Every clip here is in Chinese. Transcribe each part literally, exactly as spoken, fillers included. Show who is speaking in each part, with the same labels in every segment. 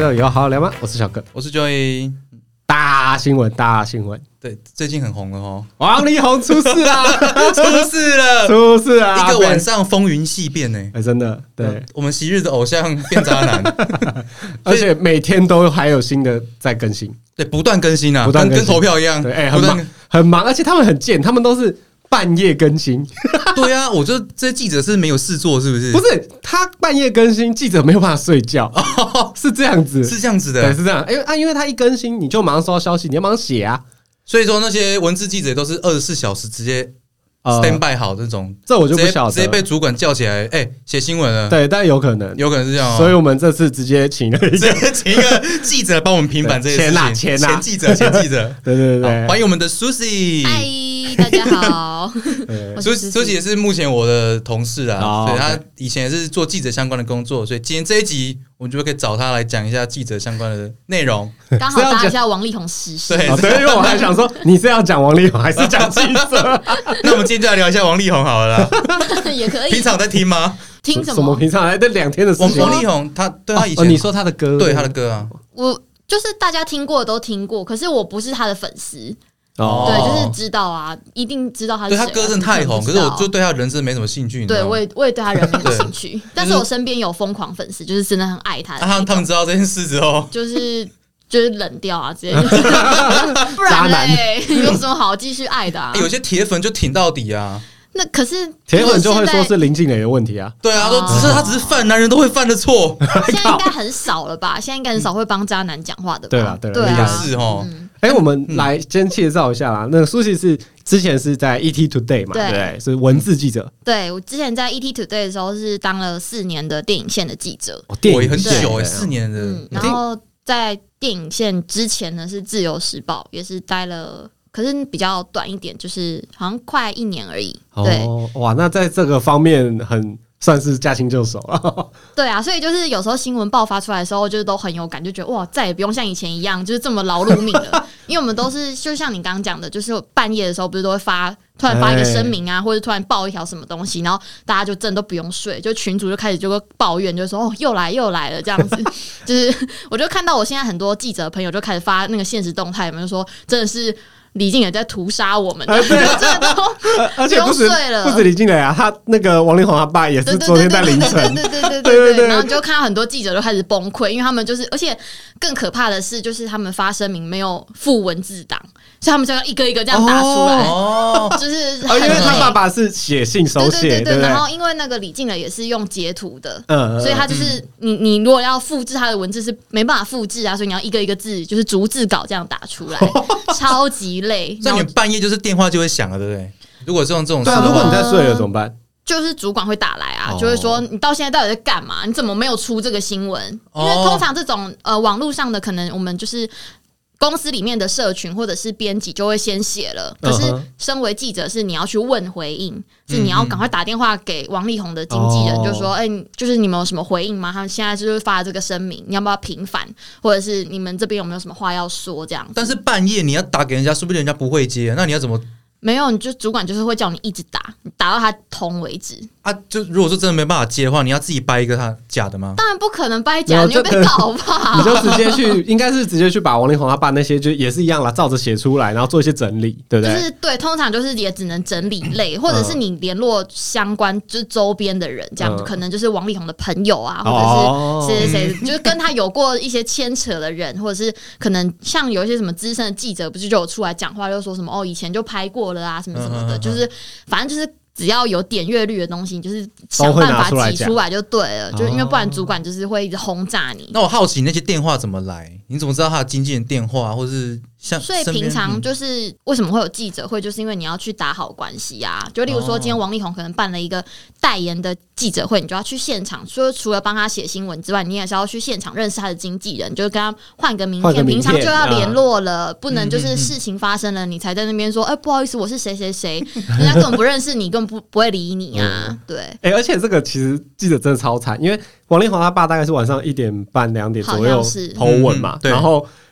Speaker 1: 到有好好聊吗？我是小哥，
Speaker 2: 我是 Joey。
Speaker 1: 大新闻，大新闻，
Speaker 2: 对，最近很红了哦。
Speaker 1: 王力宏出事啦，
Speaker 2: 出事了，
Speaker 1: 出事了！
Speaker 2: 一个晚上风云系变呢、欸
Speaker 1: 欸，真的，对，
Speaker 2: 我们昔日的偶像变渣男，
Speaker 1: 而且每天都还有新的在更新，
Speaker 2: 对，不断更新啊，
Speaker 1: 不断更新
Speaker 2: 跟投票一样，
Speaker 1: 对，欸、很忙，很忙，而且他们很贱，他们都是半夜更新。
Speaker 2: 对啊，我觉得这些记者是没有事做，是不是？
Speaker 1: 不是，他半夜更新，记者没有办法睡觉，哦、是这样子，
Speaker 2: 是这样子的，
Speaker 1: 对，是这样。因为啊，因为他一更新，你就马上收到消息，你要马上写啊。
Speaker 2: 所以说那些文字记者都是二十四小时直接 stand by 好这种，呃、
Speaker 1: 这我就不晓得，
Speaker 2: 直接被主管叫起来，哎、欸，写新闻了。
Speaker 1: 对，但有可能，
Speaker 2: 有可能是这样、喔。
Speaker 1: 所以我们这次直接请了一个，
Speaker 2: 直接请一个记者帮我们平反这些事情。
Speaker 1: 钱啊，钱啊，
Speaker 2: 前记者，前记者。
Speaker 1: 对对对，
Speaker 2: 欢迎我们的 Susie。
Speaker 3: 嗨，大家好。
Speaker 2: 苏苏姐也是目前我的同事啊，
Speaker 1: 哦、
Speaker 2: 所以她以前也是做记者相关的工作，所以今天这一集我们就可以找她来讲一下记者相关的内容。
Speaker 3: 刚好搭一下王力宏时事。
Speaker 2: 对，
Speaker 1: 哦、对，因为我还想说你是要讲王力宏还是讲记者？
Speaker 2: 那我们今天就来聊一下王力宏好了啦。
Speaker 3: 也可以。
Speaker 2: 平常在听吗？
Speaker 3: 听什么？
Speaker 1: 什么平常？这两天的事情。
Speaker 2: 王力宏他对他以前、
Speaker 1: 哦，你说他的歌，
Speaker 2: 对他的歌啊，
Speaker 3: 我就是大家听过的都听过，可是我不是他的粉丝。
Speaker 1: 哦，
Speaker 3: 对，就是知道啊，一定知道他是谁、啊。
Speaker 2: 对他歌真的太红，可是我就对他人生没什么兴趣。
Speaker 3: 对，我也我也对他人没什么兴趣，但是我身边有疯狂粉丝，就是真的很爱他的、
Speaker 2: 啊。他们知道这件事之后，
Speaker 3: 就是就是冷掉啊之类的，不然嘞，有什么好继续爱的啊？
Speaker 2: 欸、有些铁粉就挺到底啊。
Speaker 3: 那可是
Speaker 1: 铁粉就会说是林静蕾的问题啊。
Speaker 2: 对啊，说只是他只是犯男人都会犯的错。
Speaker 3: 现在应该很少了吧？现在应该很少会帮渣男讲话的吧？
Speaker 1: 对啊，对
Speaker 3: 啊，
Speaker 2: 也是哦。
Speaker 1: 哎、欸，我们来先介绍一下啦。那个苏西是之前是在 E T Today 嘛， 对, 对不对？是文字记者。
Speaker 3: 对，我之前在 E T Today 的时候是当了四年的电影线的记者。
Speaker 1: 哦，电
Speaker 2: 影很久哎、欸，四年的、
Speaker 3: 嗯。然后在电影线之前呢，是自由时报，也是待了，可是比较短一点，就是好像快一年而已。对，
Speaker 1: 哦，哇，那在这个方面很。算是驾轻就熟了。
Speaker 3: 对啊，所以就是有时候新闻爆发出来的时候，就是都很有感，就觉得哇，再也不用像以前一样，就是这么劳碌命了。因为我们都是就像你刚刚讲的，就是半夜的时候不是都会发，突然发一个声明啊，或者突然爆一条什么东西，然后大家就真的都不用睡，就群组就开始就会抱怨，就说哦又来又来了这样子。就是我就看到我现在很多记者朋友就开始发那个现实动态，就说真的是。李静蕾在屠杀我们，
Speaker 1: 呃、对，
Speaker 3: 真的都
Speaker 1: 而且不止不止李静蕾啊，他那个王力宏他爸也是昨天在凌晨，
Speaker 3: 对对对对对对，然后就看到很多记者都开始崩溃，因为他们就是，而且更可怕的是，就是他们发声明没有附文字档，所以他们就要一个一个这样打出来，哦，就是
Speaker 1: 哦，因为他爸爸是写信手写，
Speaker 3: 对对对
Speaker 1: 对，
Speaker 3: 然后因为那个李静蕾也是用截图的，
Speaker 1: 嗯，
Speaker 3: 所以他就是你你如果要复制他的文字是没办法复制啊，所以你要一个一个字就是逐字稿这样打出来，超级。累，
Speaker 2: 所以你半夜就是电话就会响了，对不对？如果是用这种，
Speaker 1: 对啊，如果你在睡了怎么办？
Speaker 3: 就是主管会打来啊，就会说你到现在到底在干嘛？你怎么没有出这个新闻？因为通常这种呃网络上的，可能我们就是公司里面的社群或者是编辑就会先写了，可是身为记者是你要去问回应，是你要赶快打电话给王力宏的经纪人，就说哎、欸，就是你们有什么回应吗？他们现在就是发这个声明，你要不要平反，或者是你们这边有没有什么话要说这样子？
Speaker 2: 但是半夜你要打给人家，说不定人家不会接，那你要怎么？
Speaker 3: 没有，你就主管就是会叫你一直打，打到他通为止
Speaker 2: 啊。就如果说真的没办法接的话，你要自己掰一个他假的吗？
Speaker 3: 当然不可能掰假，你会被告吧？
Speaker 1: 你就直接去，应该是直接去把王力宏他爸那些就也是一样啦，照着写出来，然后做一些整理，对不对？
Speaker 3: 就是对，通常就是也只能整理类，或者是你联络相关就是周边的人，这样、嗯、可能就是王力宏的朋友啊，或者是谁谁谁，就是跟他有过一些牵扯的人，或者是可能像有一些什么资深的记者，不是就有出来讲话，就说什么哦，以前就拍过了啊，什么什么的，嗯、就是反正就是只要有点阅率的东西，你就是想办法挤出来就对了，就因为不然主管就是会一直轰炸你。
Speaker 2: 那我好奇那些电话怎么来？你怎么知道他的经纪人电话，或是像？
Speaker 3: 所以平常就是为什么会有记者会，就是因为你要去打好关系啊。就例如说，今天王力宏可能办了一个代言的记者会，你就要去现场，说除了帮他写新闻之外，你也是要去现场认识他的经纪人，就是跟他换个名片，平常就要联络了，不能就是事情发生了，你才在那边说，哎、欸，不好意思，我是谁谁谁，人家根本不认识你，根本不不会理你啊。嗯、对，
Speaker 1: 哎、欸，而且这个其实记者真的超惨，因为王力宏他爸大概是晚上一点半两点左右投文嘛，然后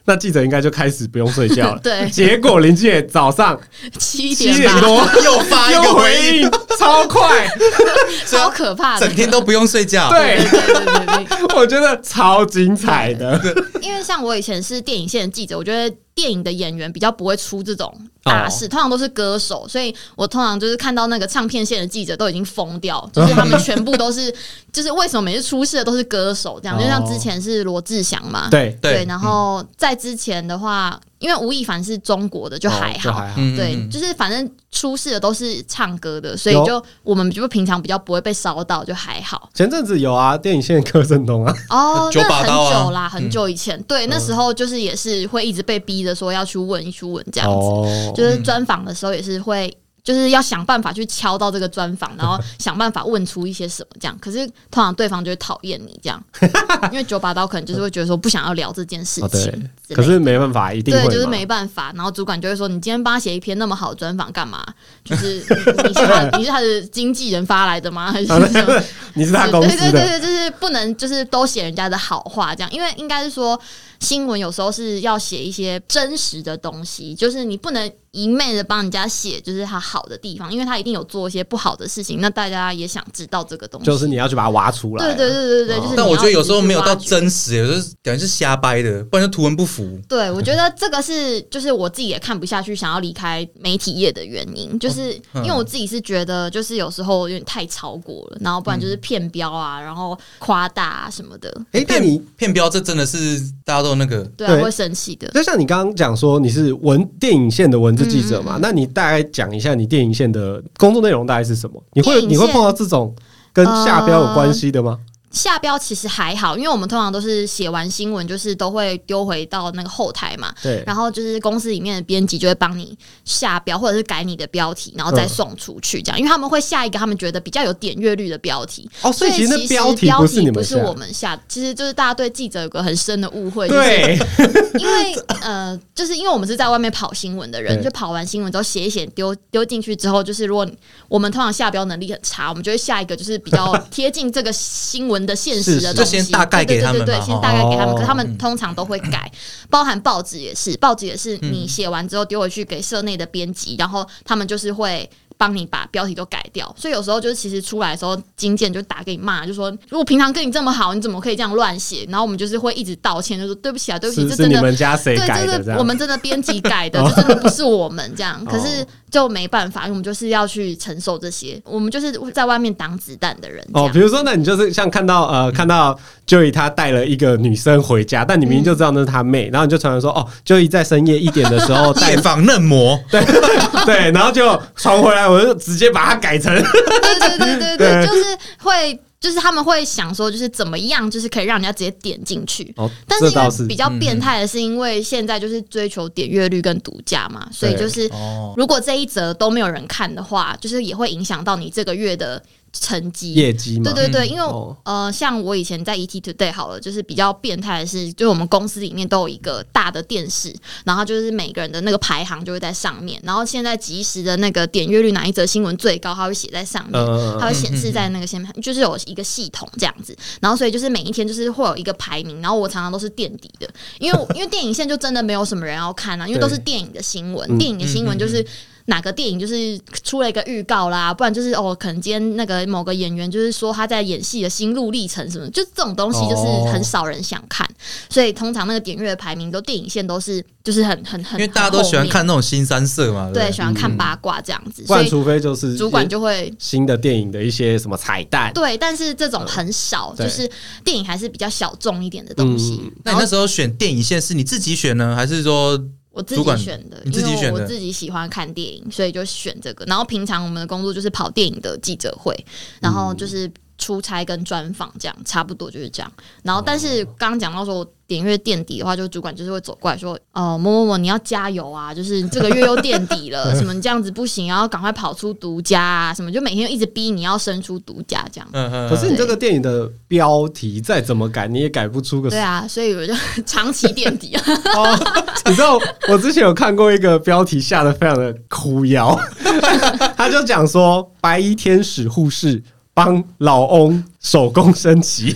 Speaker 1: 那记者应该就开始不用睡觉了。
Speaker 3: 对，
Speaker 1: 结果林静也早上
Speaker 3: 七
Speaker 1: 点
Speaker 3: 点
Speaker 1: 多
Speaker 2: 又发一个回应，
Speaker 1: 超快，
Speaker 3: 超可怕的，
Speaker 2: 整天都不用睡觉。
Speaker 1: 对
Speaker 3: 对对对对对，
Speaker 1: 我觉得超精彩的。
Speaker 3: 因为像我以前是电影线的记者，我觉得电影的演员比较不会出这种大事，哦、通常都是歌手，所以我通常就是看到那个唱片线的记者都已经疯掉，就是他们全部都是，就是为什么每次出事的都是歌手这样？哦、就像之前是罗志祥嘛，
Speaker 1: 对
Speaker 3: 对，然后在之前的话。因为吴亦凡是中国的就还好，哦、还好对，嗯、就是反正出事的都是唱歌的，所以就我们就平常比较不会被烧到，就还好。
Speaker 1: 前阵子有啊，电影线柯震东啊，
Speaker 3: 哦，
Speaker 2: 九把刀啊，
Speaker 3: 很久啦，很久以前，嗯、对，那时候就是也是会一直被逼着说要去问，去问这样子，哦、就是专访的时候也是会。就是要想办法去敲到这个专访，然后想办法问出一些什么这样。可是通常对方就会讨厌你这样，因为九把刀可能就是会觉得说不想要聊这件事情。哦、
Speaker 1: 对，可是没办法，一定会
Speaker 3: 对，就是没办法。然后主管就会说：“你今天帮他写一篇那么好的专访干嘛？就是你是他你是他的经纪人发来的吗？还是什么？
Speaker 1: 你是他公司的？
Speaker 3: 对对对对，就是不能就是都写人家的好话这样，因为应该是说新闻有时候是要写一些真实的东西，就是你不能。”一昧的帮人家写就是他好的地方，因为他一定有做一些不好的事情，那大家也想知道这个东西，
Speaker 1: 就是你要去把它挖出来。
Speaker 3: 对对对对对，哦、就是。
Speaker 2: 但我觉得有时候没有到真实，有时候感觉是瞎掰的，不然就图文不符。
Speaker 3: 对，我觉得这个是就是我自己也看不下去，想要离开媒体业的原因，就是因为我自己是觉得就是有时候有点太超过了，然后不然就是骗标啊，然后夸大啊什么的。
Speaker 1: 哎、欸，那你
Speaker 2: 骗标这真的是大家都那个
Speaker 3: 对啊，会生气的。
Speaker 1: 就像你刚刚讲说你是文电影线的文字记者嘛，嗯、那你大概讲一下你电影线的工作内容大概是什么？你会你会碰到这种跟下标有关系的吗？呃
Speaker 3: 下标其实还好，因为我们通常都是写完新闻，就是都会丢回到那个后台嘛。
Speaker 1: 对。
Speaker 3: 然后就是公司里面的编辑就会帮你下标，或者是改你的标题，然后再送出去这样。嗯、因为他们会下一个他们觉得比较有点阅率的标题。
Speaker 1: 哦，所以其实那
Speaker 3: 标
Speaker 1: 题不是你们
Speaker 3: 下，不是我们下，其实就是大家对记者有个很深的误会。
Speaker 1: 对。
Speaker 3: 就是因为呃，就是因为我们是在外面跑新闻的人，就跑完新闻之后写一写，丢丢进去之后，就是如果我们通常下标能力很差，我们就会下一个就是比较贴近这个新闻的现实的。
Speaker 2: 就先大概给他们，
Speaker 3: 对对对对，先大概给他们，可是他们通常都会改，包含报纸也是，报纸也是你写完之后丢回去给社内的编辑，然后他们就是会帮你把标题都改掉，所以有时候就是其实出来的时候，经纪人就打给你骂，就说如果平常跟你这么好，你怎么可以这样乱写？然后我们就是会一直道歉，就说对不起啊，对不起，这真的
Speaker 1: 是你们家谁改的？
Speaker 3: 对，我们真的编辑改的，这真的不是我们这样。可是就没办法，因为我们就是要去承受这些，我们就是在外面挡子弹的人。
Speaker 1: 哦，比如说，那你就是像看到呃，看到 Joey 他带了一个女生回家，但你明明就知道那是他妹，然后你就传闻说，哦 ，Joey 在深夜一点的时候
Speaker 2: 夜访嫩模，
Speaker 1: 对对，然后就传回来，我就直接把它改成，
Speaker 3: 对对对对对，就是会。就是他们会想说，就是怎么样，就是可以让人家直接点进去。
Speaker 1: 哦，
Speaker 3: 但是因为比较变态的是，因为现在就是追求点阅率跟独家嘛，所以就是如果这一则都没有人看的话，就是也会影响到你这个月的成绩
Speaker 1: 业绩嘛。
Speaker 3: 对对对，因为、哦、呃，像我以前在 E T Today 好了，就是比较变态的是，就是我们公司里面都有一个大的电视，然后就是每个人的那个排行就会在上面，然后现在即时的那个点阅率哪一则新闻最高，它会写在上面，呃、它会显示在那个先，就是有一个系统这样子，然后所以就是每一天就是会有一个排名，然后我常常都是垫底的，因为因为电影线就真的没有什么人要看啊，因为都是电影的新闻，电影的新闻就是。哪个电影就是出了一个预告啦，不然就是哦，可能今天那个某个演员就是说他在演戏的心路历程什么，就这种东西就是很少人想看，哦、所以通常那个点阅的排名都电影线都是就是很很很，
Speaker 2: 因为大家都喜欢看那种新三色嘛，
Speaker 3: 对，对喜欢看八卦这样子，
Speaker 1: 嗯、不然除非就是
Speaker 3: 主管就会
Speaker 1: 新的电影的一些什么彩蛋，
Speaker 3: 对，但是这种很少，嗯、就是电影还是比较小众一点的东西。
Speaker 2: 嗯、那你那时候选电影线是你自己选呢，还是说？
Speaker 3: 我自己选的，
Speaker 2: 你自己选的，
Speaker 3: 因为我自己喜欢看电影，所以就选这个。然后平常我们的工作就是跑电影的记者会，然后就是出差跟专访这样，差不多就是这样。然后，但是刚刚讲到说我点阅垫底的话，就主管就是会走过来说：“哦、呃，某某某，你要加油啊！就是这个月又垫底了，什么你这样子不行，然后赶快跑出独家啊，什么就每天一直逼你要生出独家这样。”
Speaker 1: 可是你这个电影的标题再怎么改，你也改不出个。
Speaker 3: 对啊，所以我就长期垫底啊。
Speaker 1: 哦，你知道我之前有看过一个标题下的非常的哭腰，他就讲说白衣天使护士帮老翁手工升级。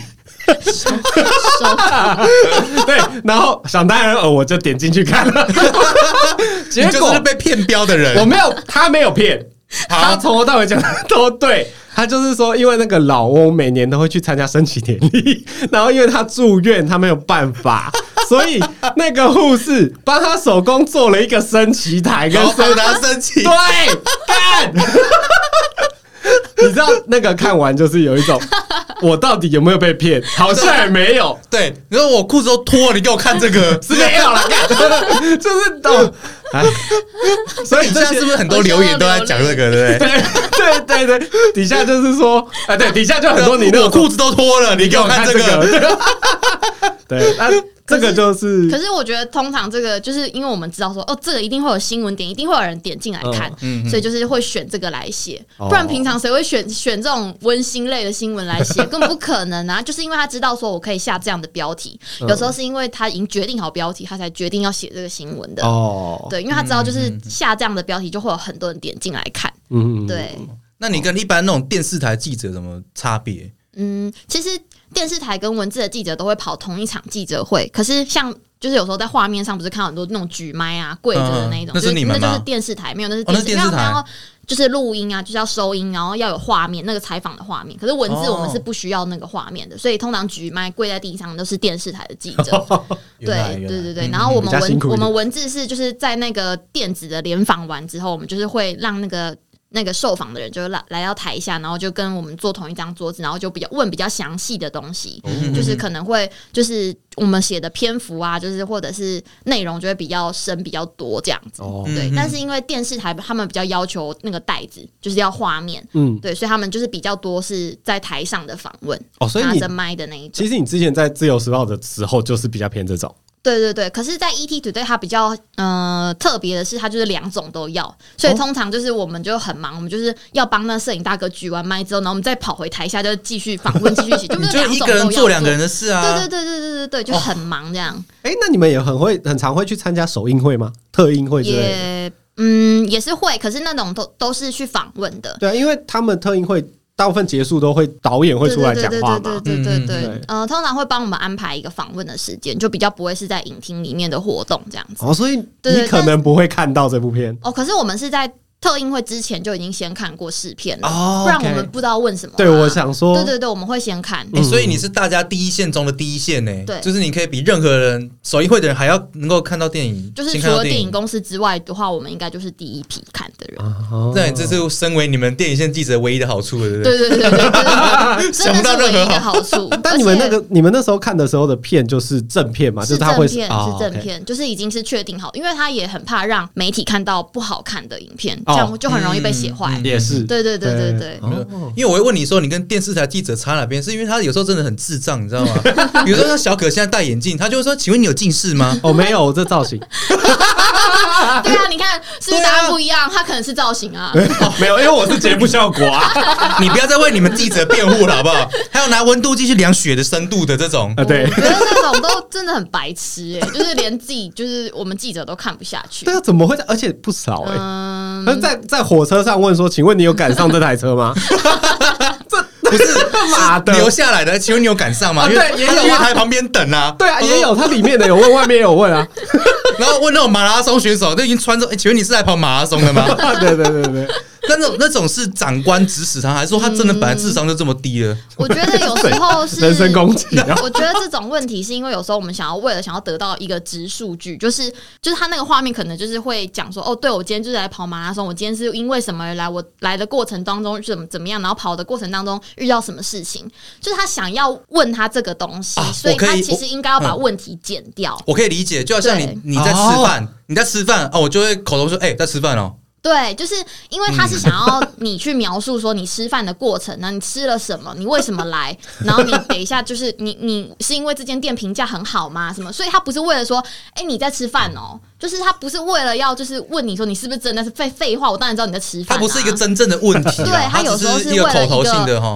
Speaker 1: 对，然后想当然，呃，我就点进去看了，结果
Speaker 2: 就是被骗标的人。
Speaker 1: 我没有，他没有骗，他从头到尾讲的都对。他就是说，因为那个老翁每年都会去参加升旗典礼，然后因为他住院，他没有办法，所以那个护士帮他手工做了一个升旗台跟升
Speaker 2: 他升旗，
Speaker 1: 对，干。你知道那个看完就是有一种，我到底有没有被骗？好像也没有。
Speaker 2: 对，你说我裤子都脱了，你给我看这个
Speaker 1: 是没有了，干，就是懂。哎，
Speaker 2: 所以现在是不是很多留言都在讲这个，对不对？
Speaker 1: 对对对对，底下就是说，啊，对，底下就很多你那
Speaker 2: 我裤子都脱了，你给我看这个。
Speaker 1: 对，那这个就是。
Speaker 3: 可是我觉得通常这个就是因为我们知道说，哦，这个一定会有新闻点，一定会有人点进来看，
Speaker 2: 嗯嗯、
Speaker 3: 所以就是会选这个来写。不然平常谁会选选这种温馨类的新闻来写？根本不可能啊！就是因为他知道说我可以下这样的标题，
Speaker 1: 嗯、
Speaker 3: 有时候是因为他已经决定好标题，他才决定要写这个新闻的。
Speaker 1: 哦，
Speaker 3: 对，因为他知道就是下这样的标题就会有很多人点进来看。
Speaker 1: 嗯，
Speaker 3: 对。
Speaker 2: 那你跟一般那种电视台记者有什么差别？
Speaker 3: 嗯，其实电视台跟文字的记者都会跑同一场记者会，可是像就是有时候在画面上不是看到很多那种举麦啊、跪着的那一种，
Speaker 2: 嗯、那是你们吗？
Speaker 3: 那就是电视台，没有那是电视台。
Speaker 2: 哦、电视台
Speaker 3: 就是录音啊，就是要收音，然后要有画面，那个采访的画面。可是文字我们是不需要那个画面的，所以通常举麦跪在地上都是电视台的记者。对对对对，然后我们文我们文字是就是在那个电子的联访完之后，我们就是会让那个。那个受访的人就来来到台下，然后就跟我们坐同一张桌子，然后就比较问比较详细的东西，嗯、就是可能会就是我们写的篇幅啊，就是或者是内容就会比较深比较多这样子。哦、对，嗯、但是因为电视台他们比较要求那个带子就是要画面，嗯，对，所以他们就是比较多是在台上的访问，
Speaker 1: 哦，所以
Speaker 3: 拿着麦的那一种。
Speaker 1: 其实你之前在自由时报的时候就是比较偏这种。
Speaker 3: 对对对，可是，在 E T Today 它比较呃特别的是，它就是两种都要，所以通常就是我们就很忙，我们就是要帮那摄影大哥举完麦之后，然后我们再跑回台下就继续访问，继续写，就
Speaker 2: 你就一个人做两个人的事啊。
Speaker 3: 对对对对对对对，就很忙这样。
Speaker 1: 哎、哦，那你们也很会，很常会去参加首映会吗？特映会之类的？
Speaker 3: 也嗯，也是会，可是那种都都是去访问的。
Speaker 1: 对啊，因为他们特映会。大部分结束都会导演会出来讲话嘛，
Speaker 3: 对对对对对对，呃，通常会帮我们安排一个访问的时间，就比较不会是在影厅里面的活动这样子。
Speaker 1: 哦，所以你可能不会看到这部片
Speaker 3: 哦。可是我们是在特映会之前就已经先看过试片了，
Speaker 1: 哦、
Speaker 3: 不然我们不知道问什么、啊。
Speaker 1: 对，我想说，
Speaker 3: 对对对，我们会先看。
Speaker 2: 欸、所以你是大家第一线中的第一线呢、欸，
Speaker 3: 对，
Speaker 2: 就是你可以比任何人首映会的人还要能够看到电影，
Speaker 3: 就是除了电影公司之外的话，我们应该就是第一批看的人。
Speaker 1: 哦、
Speaker 2: 对，这是身为你们电影线记者唯一的好处了，对不
Speaker 3: 对？对对对对对，
Speaker 2: 想不到任何
Speaker 3: 好处。
Speaker 1: 但你们那个你们那时候看的时候的片就是正片嘛，就是它会
Speaker 3: 是正片，是正片，就是已经是确定好，因为他也很怕让媒体看到不好看的影片，这样就很容易被写坏。
Speaker 1: 也是，
Speaker 3: 对对对对对。
Speaker 2: 因为我会问你说，你跟电视台记者差哪边？是因为他有时候真的很智障，你知道吗？比如说像小可现在戴眼镜，他就会说：“请问你有近视吗？”
Speaker 1: 哦，没有，这造型。
Speaker 3: 对啊，你看是不是答案不一样？他可能是造型啊。
Speaker 1: 没有，因为我是节目效果啊。
Speaker 2: 你不要再为你们记者辩护了，好不好？还有拿温度计去量血的深度的这种
Speaker 1: 啊，对，
Speaker 3: 我觉得那种都真的很白痴哎、欸，就是连自己就是我们记者都看不下去。
Speaker 1: 对啊，怎么会？而且不少哎、欸。
Speaker 3: 嗯，
Speaker 1: 在在火车上问说：“请问你有赶上这台车吗？”这
Speaker 2: 不是
Speaker 1: 妈的
Speaker 2: 留下来的，请问你有赶上吗？
Speaker 1: 啊、对，也有
Speaker 2: 在月台旁边等啊。
Speaker 1: 对啊，也有，他里面的有问，外面也有问啊。
Speaker 2: 然后问那种马拉松选手，都已经穿着，欸、请问你是来跑马拉松的吗？
Speaker 1: 对对对对。
Speaker 2: 那种那种是长官指使他，还是说他真的本来智商就这么低了？
Speaker 3: 我觉得有时候是
Speaker 1: 人身攻击、啊。
Speaker 3: 我觉得这种问题是因为有时候我们想要为了想要得到一个值数据，就是就是他那个画面可能就是会讲说，哦，对我今天就是来跑马拉松，我今天是因为什么而来，我来的过程当中怎么怎么样，然后跑的过程当中遇到什么事情，就是他想要问他这个东西，
Speaker 2: 啊、
Speaker 3: 所以他其实应该要把问题剪掉。
Speaker 2: 我可以理解，就好像你你在吃饭，哦、你在吃饭哦，我就会口头说，哎、欸，在吃饭哦。
Speaker 3: 对，就是因为他是想要你去描述说你吃饭的过程呢，你吃了什么，你为什么来，然后你等一下就是你你是因为这间店评价很好吗？什么？所以他不是为了说，哎、欸，你在吃饭哦，就是他不是为了要就是问你说你是不是真的是废废话，我当然知道你在吃饭、啊。
Speaker 2: 他不是一个真正的问题，
Speaker 3: 对他有时候是为了一个
Speaker 2: 口头性的哈。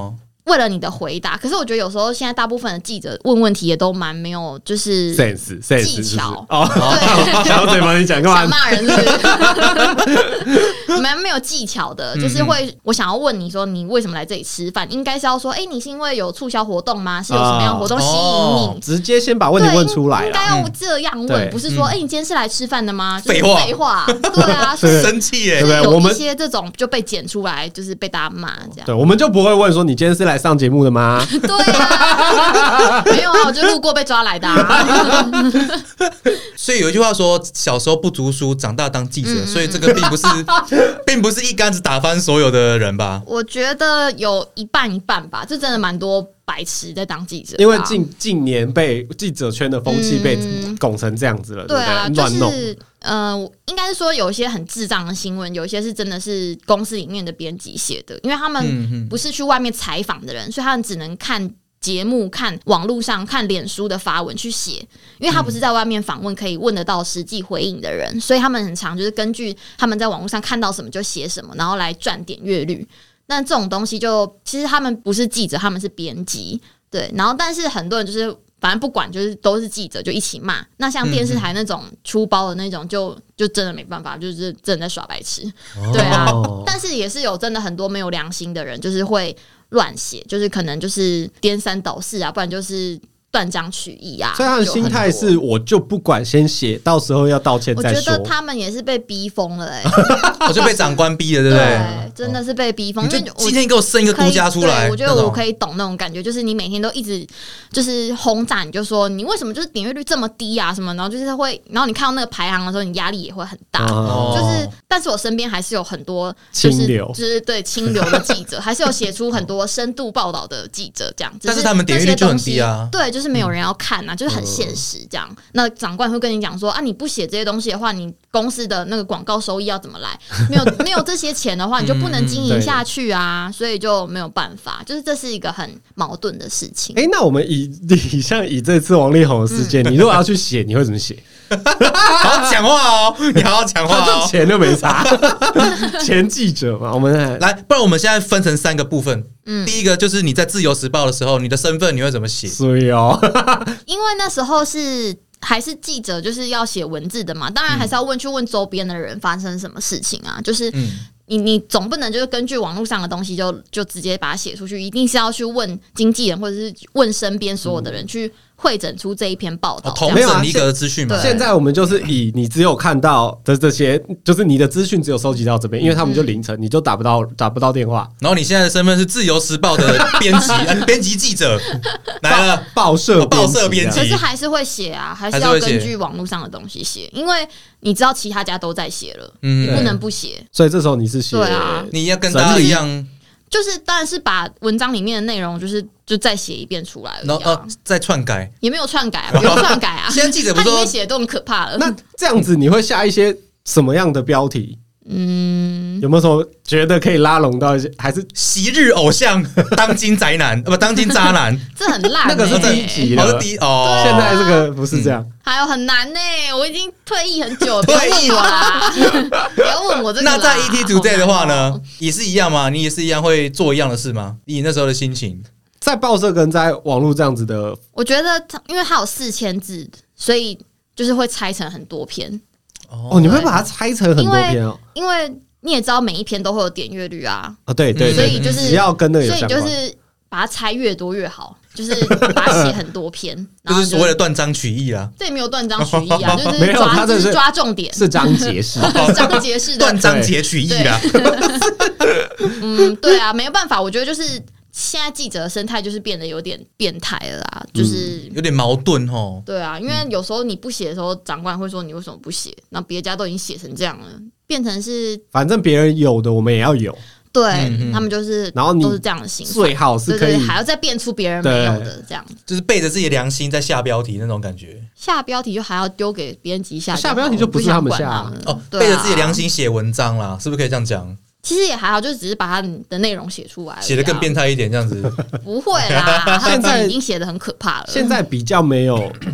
Speaker 3: 为了你的回答，可是我觉得有时候现在大部分的记者问问题也都蛮没有，就是
Speaker 1: sense sense
Speaker 3: 技巧
Speaker 1: 哦，
Speaker 3: 对，
Speaker 1: 想要嘴帮你讲干嘛？
Speaker 3: 想骂人是不是？蛮没有技巧的，就是会我想要问你说你为什么来这里吃饭，应该是要说，哎、欸，你是因为有促销活动吗？是有什么样的活动吸引你？哦、
Speaker 1: 直接先把问题问出来，
Speaker 3: 应该要这样问，嗯、不是说，哎、欸，你今天是来吃饭的吗？
Speaker 2: 废话，
Speaker 3: 废话，对啊，
Speaker 2: 生气耶，
Speaker 1: 对不对？
Speaker 3: 有一些这种就被剪出来，就是被大家骂这样。
Speaker 1: 对，我们就不会问说你今天是来上节目的吗？
Speaker 3: 对啊，没有啊，我就路过被抓来的、啊。
Speaker 2: 所以有一句话说，小时候不读书，长大当记者，嗯、所以这个并不是，并不是一竿子打翻所有的人吧？
Speaker 3: 我觉得有一半一半吧，这真的蛮多白痴在当记者，
Speaker 1: 因为近近年被记者圈的风气被拱成这样子了，嗯、对不对？
Speaker 3: 啊，
Speaker 1: 乱弄。
Speaker 3: 就是呃，应该是说有一些很智障的新闻，有一些是真的是公司里面的编辑写的，因为他们不是去外面采访的人，所以他们只能看节目、看网络上、看脸书的发文去写，因为他不是在外面访问可以问得到实际回应的人，所以他们很常就是根据他们在网络上看到什么就写什么，然后来赚点阅率。那这种东西就其实他们不是记者，他们是编辑，对。然后但是很多人就是反正不管，就是都是记者就一起骂。那像电视台那种出包的那种就，就就真的没办法，就是真的在耍白痴，哦、对啊。但是也是有真的很多没有良心的人，就是会乱写，就是可能就是颠三倒四啊，不然就是断章取义啊。
Speaker 1: 所以他的心态是，我就不管，先写，到时候要道歉再说。
Speaker 3: 我觉得他们也是被逼疯了、欸，哎，
Speaker 2: 我就被长官逼了，对不对？
Speaker 3: 对，真的是被逼疯。
Speaker 2: 你就今天给我生一个独家出来，
Speaker 3: 我觉得我可以懂那种感觉，就是你每天都一直就是轰炸，你就说你为什么就是点阅率这么低啊什么，然后就是会，然后你看到那个排行的时候，你压力也会很大。哦、就是，但是我身边还是有很多就是
Speaker 1: 清流，
Speaker 3: 就是对清流的记者，还是有写出很多深度报道的记者这样。
Speaker 2: 但是他们点阅率就很低啊，
Speaker 3: 对，就是没有人要看。就是很现实这样，那长官会跟你讲说啊，你不写这些东西的话，你公司的那个广告收益要怎么来？没有没有这些钱的话，你就不能经营下去啊，所以就没有办法，就是这是一个很矛盾的事情。
Speaker 1: 哎、欸，那我们以以像以这次王力宏的事件，嗯、你如果要去写，你会怎么写？
Speaker 2: 好好讲话哦，你好好讲话哦，
Speaker 1: 钱就没差。前记者嘛，我们来
Speaker 2: 来，不然我们现在分成三个部分。嗯，第一个就是你在自由时报的时候，你的身份你会怎么写？
Speaker 1: 所以哦，
Speaker 3: 因为那时候是还是记者，就是要写文字的嘛，当然还是要问去问周边的人发生什么事情啊，就是你你总不能就是根据网络上的东西就就直接把它写出去，一定是要去问经纪人或者是问身边所有的人去汇整出这一篇报道，
Speaker 2: 统整一个资讯嘛。
Speaker 1: 现在我们就是以你只有看到的这些，就是你的资讯只有收集到这边，因为他们就凌晨，你就打不到打不到电话。
Speaker 2: 然后你现在的身份是自由时报的编辑，编辑记者来了，
Speaker 1: 报社
Speaker 2: 报社编辑，
Speaker 3: 可是还是会写啊，还是要根据网络上的东西写，因为你知道其他家都在写了，嗯、你不能不写。
Speaker 1: 所以这时候你是写，
Speaker 3: 对啊，
Speaker 2: 你要跟大家一样。
Speaker 3: 就是当然是把文章里面的内容就是就再写一遍出来而已、啊，然后、呃、
Speaker 2: 再篡改
Speaker 3: 也没有篡改啊，不用篡改啊。
Speaker 2: 现在记者不是说
Speaker 3: 它里面写的都很可怕了。
Speaker 1: 那这样子你会下一些什么样的标题？嗯，有没有什么觉得可以拉拢到一些？还是
Speaker 2: 昔日偶像，当今宅男，不，当今渣男，
Speaker 3: 这很烂、欸。
Speaker 1: 那个是第一集了，
Speaker 2: 是第一哦。
Speaker 1: 现在这个不是这样，
Speaker 3: 嗯、还有很难呢、欸。我已经退役很久了，不要问我啦，不要问我这个。
Speaker 2: 那在 E T Today 的话呢，也是一样吗？你也是一样会做一样的事吗？以你那时候的心情，
Speaker 1: 在报社跟在网络这样子的，
Speaker 3: 我觉得因为它有四千字，所以就是会拆成很多篇。
Speaker 1: 哦，你会把它拆成很多篇哦，
Speaker 3: 因为。因为你也知道每一篇都会有点阅率啊，
Speaker 1: 哦对对，
Speaker 3: 所以就是
Speaker 1: 只要跟那个有
Speaker 3: 相关，所以就是把它拆越多越好，就是把它写很多篇，
Speaker 2: 就是所谓的断章取义啦。
Speaker 3: 这也没有断章取义啊，就是抓就是抓重点，
Speaker 1: 是章节式，
Speaker 3: 章节式的
Speaker 2: 断章节取义啦。
Speaker 3: 嗯，对啊，没有办法，我觉得就是。现在记者的生态就是变得有点变态了啦，就是、
Speaker 2: 嗯、有点矛盾齁。
Speaker 3: 对啊，因为有时候你不写的时候，长官会说你为什么不写？那别家都已经写成这样了，变成是
Speaker 1: 反正别人有的我们也要有。
Speaker 3: 对、嗯、他们就是，然后你都是这样的形式，
Speaker 1: 最好是可以
Speaker 3: 对对对还要再变出别人没有的这样，
Speaker 2: 就是背着自己的良心在下标题那种感觉。
Speaker 3: 下标题就还要丢给编辑下，
Speaker 1: 下标题就不是他们下
Speaker 3: 他们
Speaker 2: 哦，背着自己的良心写文章啦，是不是可以这样讲？
Speaker 3: 其实也还好，就只是把他的内容写出来，
Speaker 2: 写得更变态一点，这样子
Speaker 3: 不会啦。他们已经写得很可怕了。
Speaker 1: 现在比较没有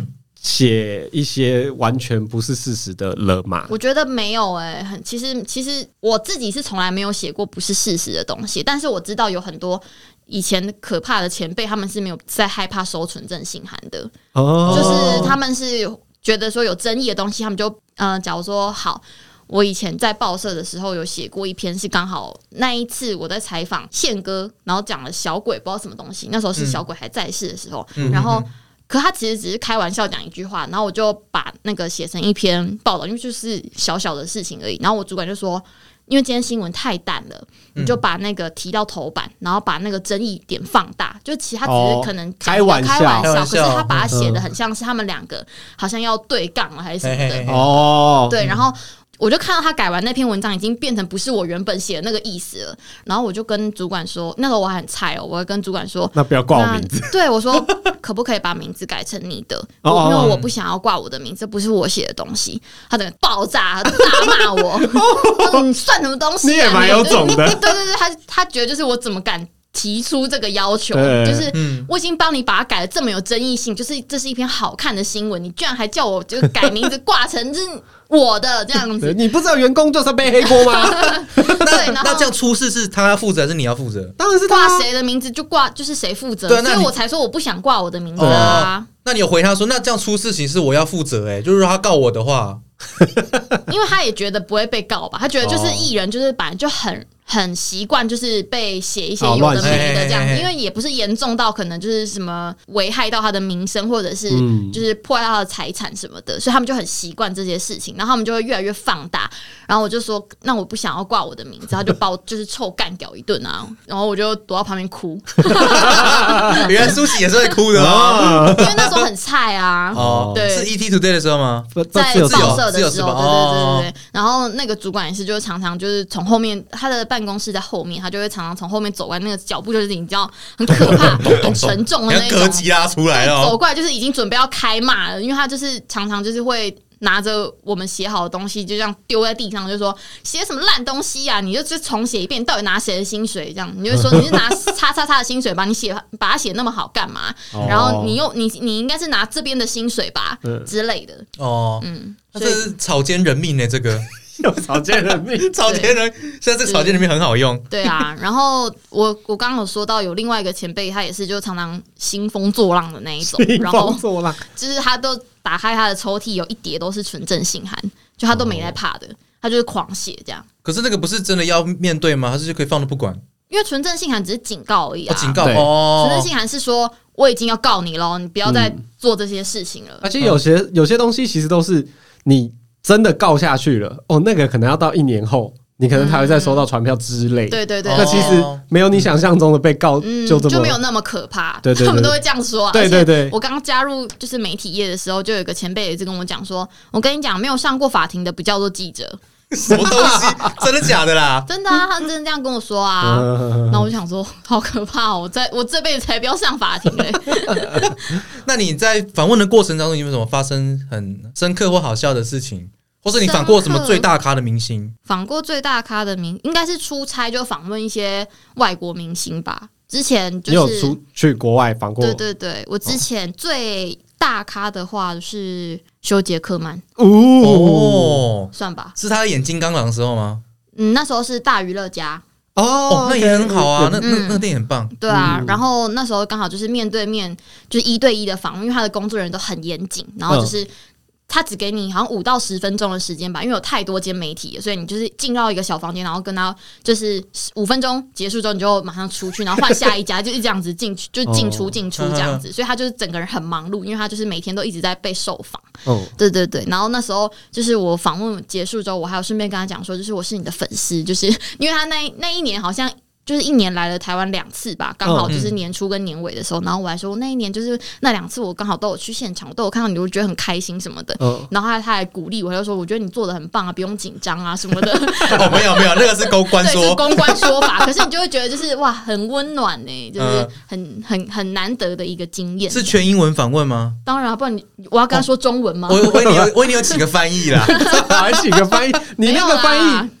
Speaker 1: 写一些完全不是事实的了吗？
Speaker 3: 我觉得没有诶、欸，很其实其实我自己是从来没有写过不是事实的东西，但是我知道有很多以前可怕的前辈，他们是没有在害怕收纯正信函的，哦，就是他们是觉得说有争议的东西，他们就呃，假如说好。我以前在报社的时候有写过一篇，是刚好那一次我在采访宪哥，然后讲了小鬼不知道什么东西，那时候是小鬼还在世的时候，嗯、然后可他其实只是开玩笑讲一句话，然后我就把那个写成一篇报道，因为就是小小的事情而已。然后我主管就说，因为今天新闻太淡了，你就把那个提到头版，然后把那个争议点放大，就其他只是可能
Speaker 1: 开玩笑，
Speaker 3: 开玩笑，可是他把它写得很像是他们两个好像要对杠了还是什么的，
Speaker 1: 嘿嘿哦，
Speaker 3: 对，然后。我就看到他改完那篇文章，已经变成不是我原本写的那个意思了。然后我就跟主管说，那时候我还很菜哦，我会跟主管说，
Speaker 1: 那不要挂我名字。对，
Speaker 3: 我说可不可以把名字改成你的？哦、因为我不想要挂我的名字，不是我写的东西。他整个爆炸，大骂我，你算什么东西、啊？
Speaker 1: 你也蛮有种的。
Speaker 3: 对对对，他他觉得就是我怎么敢。提出这个要求，就是我已经帮你把它改得这么有争议性，就是这是一篇好看的新闻，你居然还叫我就改名字挂成是我的这样子，
Speaker 1: 你不知道员工就是背黑锅吗？
Speaker 3: 对，
Speaker 2: 那这样出事是他要负责还是你要负责？
Speaker 1: 当然是
Speaker 3: 他挂谁的名字就挂，就是谁负责，所以我才说我不想挂我的名字啊。哦、
Speaker 2: 那你有回他说，那这样出事情是我要负责、欸？哎，就是说他告我的话，
Speaker 3: 因为他也觉得不会被告吧，他觉得就是艺人就是本来就很。很习惯就是被写一些有的没的这样子，因为也不是严重到可能就是什么危害到他的名声，或者是就是破坏到他的财产什么的，所以他们就很习惯这些事情，然后他们就会越来越放大。然后我就说，那我不想要挂我的名字，他就把我就是臭干掉一顿啊，然后我就躲到旁边哭。
Speaker 2: 原来舒淇也是会哭的哦，
Speaker 3: 因为那时候很菜啊。哦，对，
Speaker 2: 是 E T Today 的时候吗？
Speaker 3: 在报社的时候，对对对对对。然后那个主管也是，就是常常就是从后面他的办公室在后面，他就会常常从后面走过来，那个脚步就是你知道很可怕、很沉重的那种，
Speaker 2: 哥吉拉出来了，
Speaker 3: 走过来就是已经准备要开骂了，因为他就是常常就是会拿着我们写好的东西，就这样丢在地上，就说写什么烂东西啊！你就就重写一遍，到底拿谁的薪水？这样你就说你是拿叉叉叉的薪水吧？你写把它写那么好干嘛？哦、然后你又你你应该是拿这边的薪水吧、嗯、之类的。哦，
Speaker 2: 嗯，那这是草菅人命呢、欸，这个。
Speaker 1: 草菅人命，
Speaker 2: 草菅人，现在这草菅人命很好用。
Speaker 3: 对啊，然后我我刚刚有说到有另外一个前辈，他也是就常常兴风作浪的那一种，
Speaker 1: 兴风作浪，
Speaker 3: 就是他都打开他的抽屉，有一叠都是纯正信函，就他都没在怕的，他就是狂写这样。
Speaker 2: 可是那个不是真的要面对吗？他是就可以放着不管？
Speaker 3: 因为纯正信函只是警告而已啊，
Speaker 2: 哦、警告哦。
Speaker 3: 纯正信函是说我已经要告你了，你不要再做这些事情了。嗯、
Speaker 1: 而且有些有些东西其实都是你。真的告下去了哦，那个可能要到一年后，你可能才会再收到传票之类。
Speaker 3: 对对对，
Speaker 1: 那其实没有你想象中的被告就这么、
Speaker 3: 嗯、就没有那么可怕。
Speaker 1: 对对对，
Speaker 3: 他们都会这样说、啊。
Speaker 1: 对对对，
Speaker 3: 我刚刚加入就是媒体业的时候，就有一个前辈也是跟我讲说，我跟你讲，没有上过法庭的不叫做记者。
Speaker 2: 什么东西？真的假的啦？
Speaker 3: 真的啊，他真的这样跟我说啊。然后我就想说，好可怕哦！我在我这辈子才不要上法庭嘞、欸。
Speaker 2: 那你在访问的过程当中，有没有什么发生很深刻或好笑的事情？或是你访过什么最大咖的明星？
Speaker 3: 访过最大咖的明，应该是出差就访问一些外国明星吧。之前就是
Speaker 1: 你有出去国外访过？
Speaker 3: 对对对，我之前最大咖的话是休杰克曼
Speaker 2: 哦，
Speaker 3: 算吧。
Speaker 2: 是他在演金刚狼的时候吗？
Speaker 3: 嗯，那时候是大娱乐家。
Speaker 2: 哦，那也很好啊，那那那电影很棒。
Speaker 3: 对啊，嗯、然后那时候刚好就是面对面，就是一对一的访问，因为他的工作人员都很严谨，然后就是。嗯他只给你好像五到十分钟的时间吧，因为有太多间媒体了，所以你就是进到一个小房间，然后跟他就是五分钟结束之后，你就马上出去，然后换下一家，就一直这样子进去，就进出进出这样子，所以他就是整个人很忙碌，因为他就是每天都一直在被受访。哦，对对对，然后那时候就是我访问结束之后，我还有顺便跟他讲说，就是我是你的粉丝，就是因为他那那一年好像。就是一年来了台湾两次吧，刚好就是年初跟年尾的时候，然后我还说那一年就是那两次我刚好都有去现场，我都有看到你，我觉得很开心什么的。然后他他还鼓励我，他就说我觉得你做的很棒啊，不用紧张啊什么的。
Speaker 2: 哦，没有没有，那个是公关说，
Speaker 3: 对，是公关说法。可是你就会觉得就是哇，很温暖呢、欸，就是很很很难得的一个经验。
Speaker 2: 是全英文访问吗？
Speaker 3: 当然，不然你我要跟他说中文吗？
Speaker 2: 我我以为你有我以为你有请个翻译啦，
Speaker 1: 还请个翻译？你那个翻译